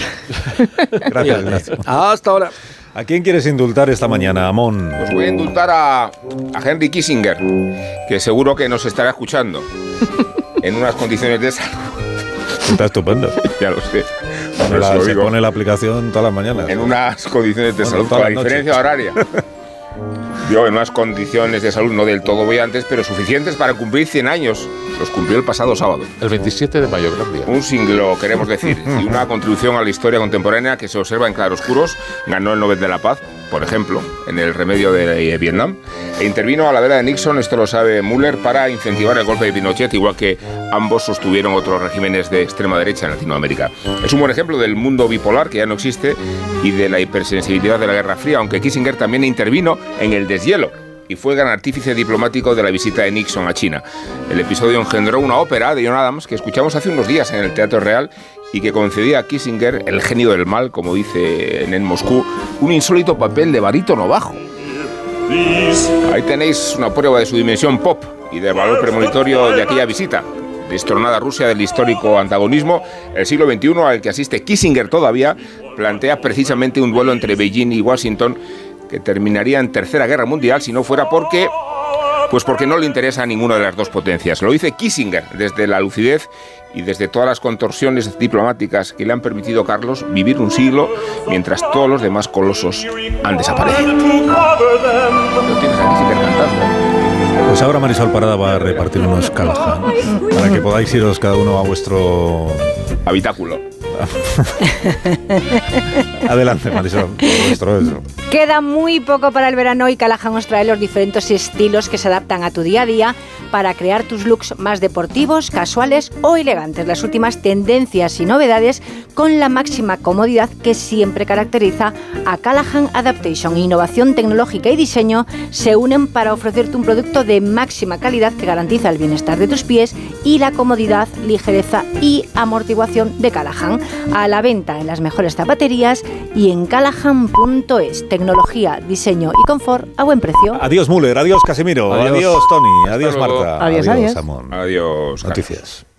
Gracias, Ignacio.
Hasta ahora.
¿A quién quieres indultar esta mañana, Amón?
Pues voy a indultar a, a Henry Kissinger, que seguro que nos estará escuchando en unas condiciones de salud.
Está estupendo.
Ya lo sé.
Pone
Por eso
la,
lo
se
digo.
pone la aplicación todas las mañanas.
En unas condiciones de
Bueno,
salud,
todas
con la
las
diferencia horaria. Digo, en unas condiciones de salud no del todo brillantes, pero suficientes para cumplir cien años. Los cumplió el pasado sábado.
El veintisiete de mayo, gran día.
Un siglo, queremos decir, y una contribución a la historia contemporánea que se observa en claroscuros. Ganó el Nobel de la Paz, por ejemplo, en el remedio de Vietnam, e intervino a la vera de Nixon, esto lo sabe Müller, para incentivar el golpe de Pinochet, igual que ambos sostuvieron otros regímenes de extrema derecha en Latinoamérica. Es un buen ejemplo del mundo bipolar, que ya no existe, y de la hipersensibilidad de la Guerra Fría, aunque Kissinger también intervino en el deshielo y fue gran artífice diplomático de la visita de Nixon a China. El episodio engendró una ópera de John Adams que escuchamos hace unos días en el Teatro Real y que concedía a Kissinger, el genio del mal, como dice en Moscú, un insólito papel de barítono bajo. Ahí tenéis una prueba de su dimensión pop y del valor premonitorio de aquella visita. Destronada Rusia del histórico antagonismo, el siglo veintiuno al que asiste Kissinger todavía plantea precisamente un duelo entre Beijing y Washington que terminaría en Tercera Guerra Mundial si no fuera porque, pues porque no le interesa a ninguna de las dos potencias. Lo dice Kissinger desde la lucidez y desde todas las contorsiones diplomáticas que le han permitido a Carlos vivir un siglo mientras todos los demás colosos han desaparecido. Lo tienes a Kissinger cantando.
Pues ahora Marisol Parada va a repartir unos Callahan para que podáis iros cada uno a vuestro
habitáculo.
Adelante, Marisol, vuestro eso.
Queda muy poco para el verano y Callahan os trae los diferentes estilos que se adaptan a tu día a día para crear tus looks más deportivos, casuales o elegantes. Las últimas tendencias y novedades con la máxima comodidad que siempre caracteriza a Callahan Adaptation. Innovación tecnológica y diseño se unen para ofrecerte un producto de máxima calidad que garantiza el bienestar de tus pies y la comodidad, ligereza y amortiguación de Callahan. A la venta en las mejores zapaterías y en callahan punto es. Tecnología, diseño y confort a buen precio.
Adiós Müller, adiós Casimiro, adiós, adiós Tony, adiós Marta,
Adiós, adiós.
Amón.
Adiós.
Noticias.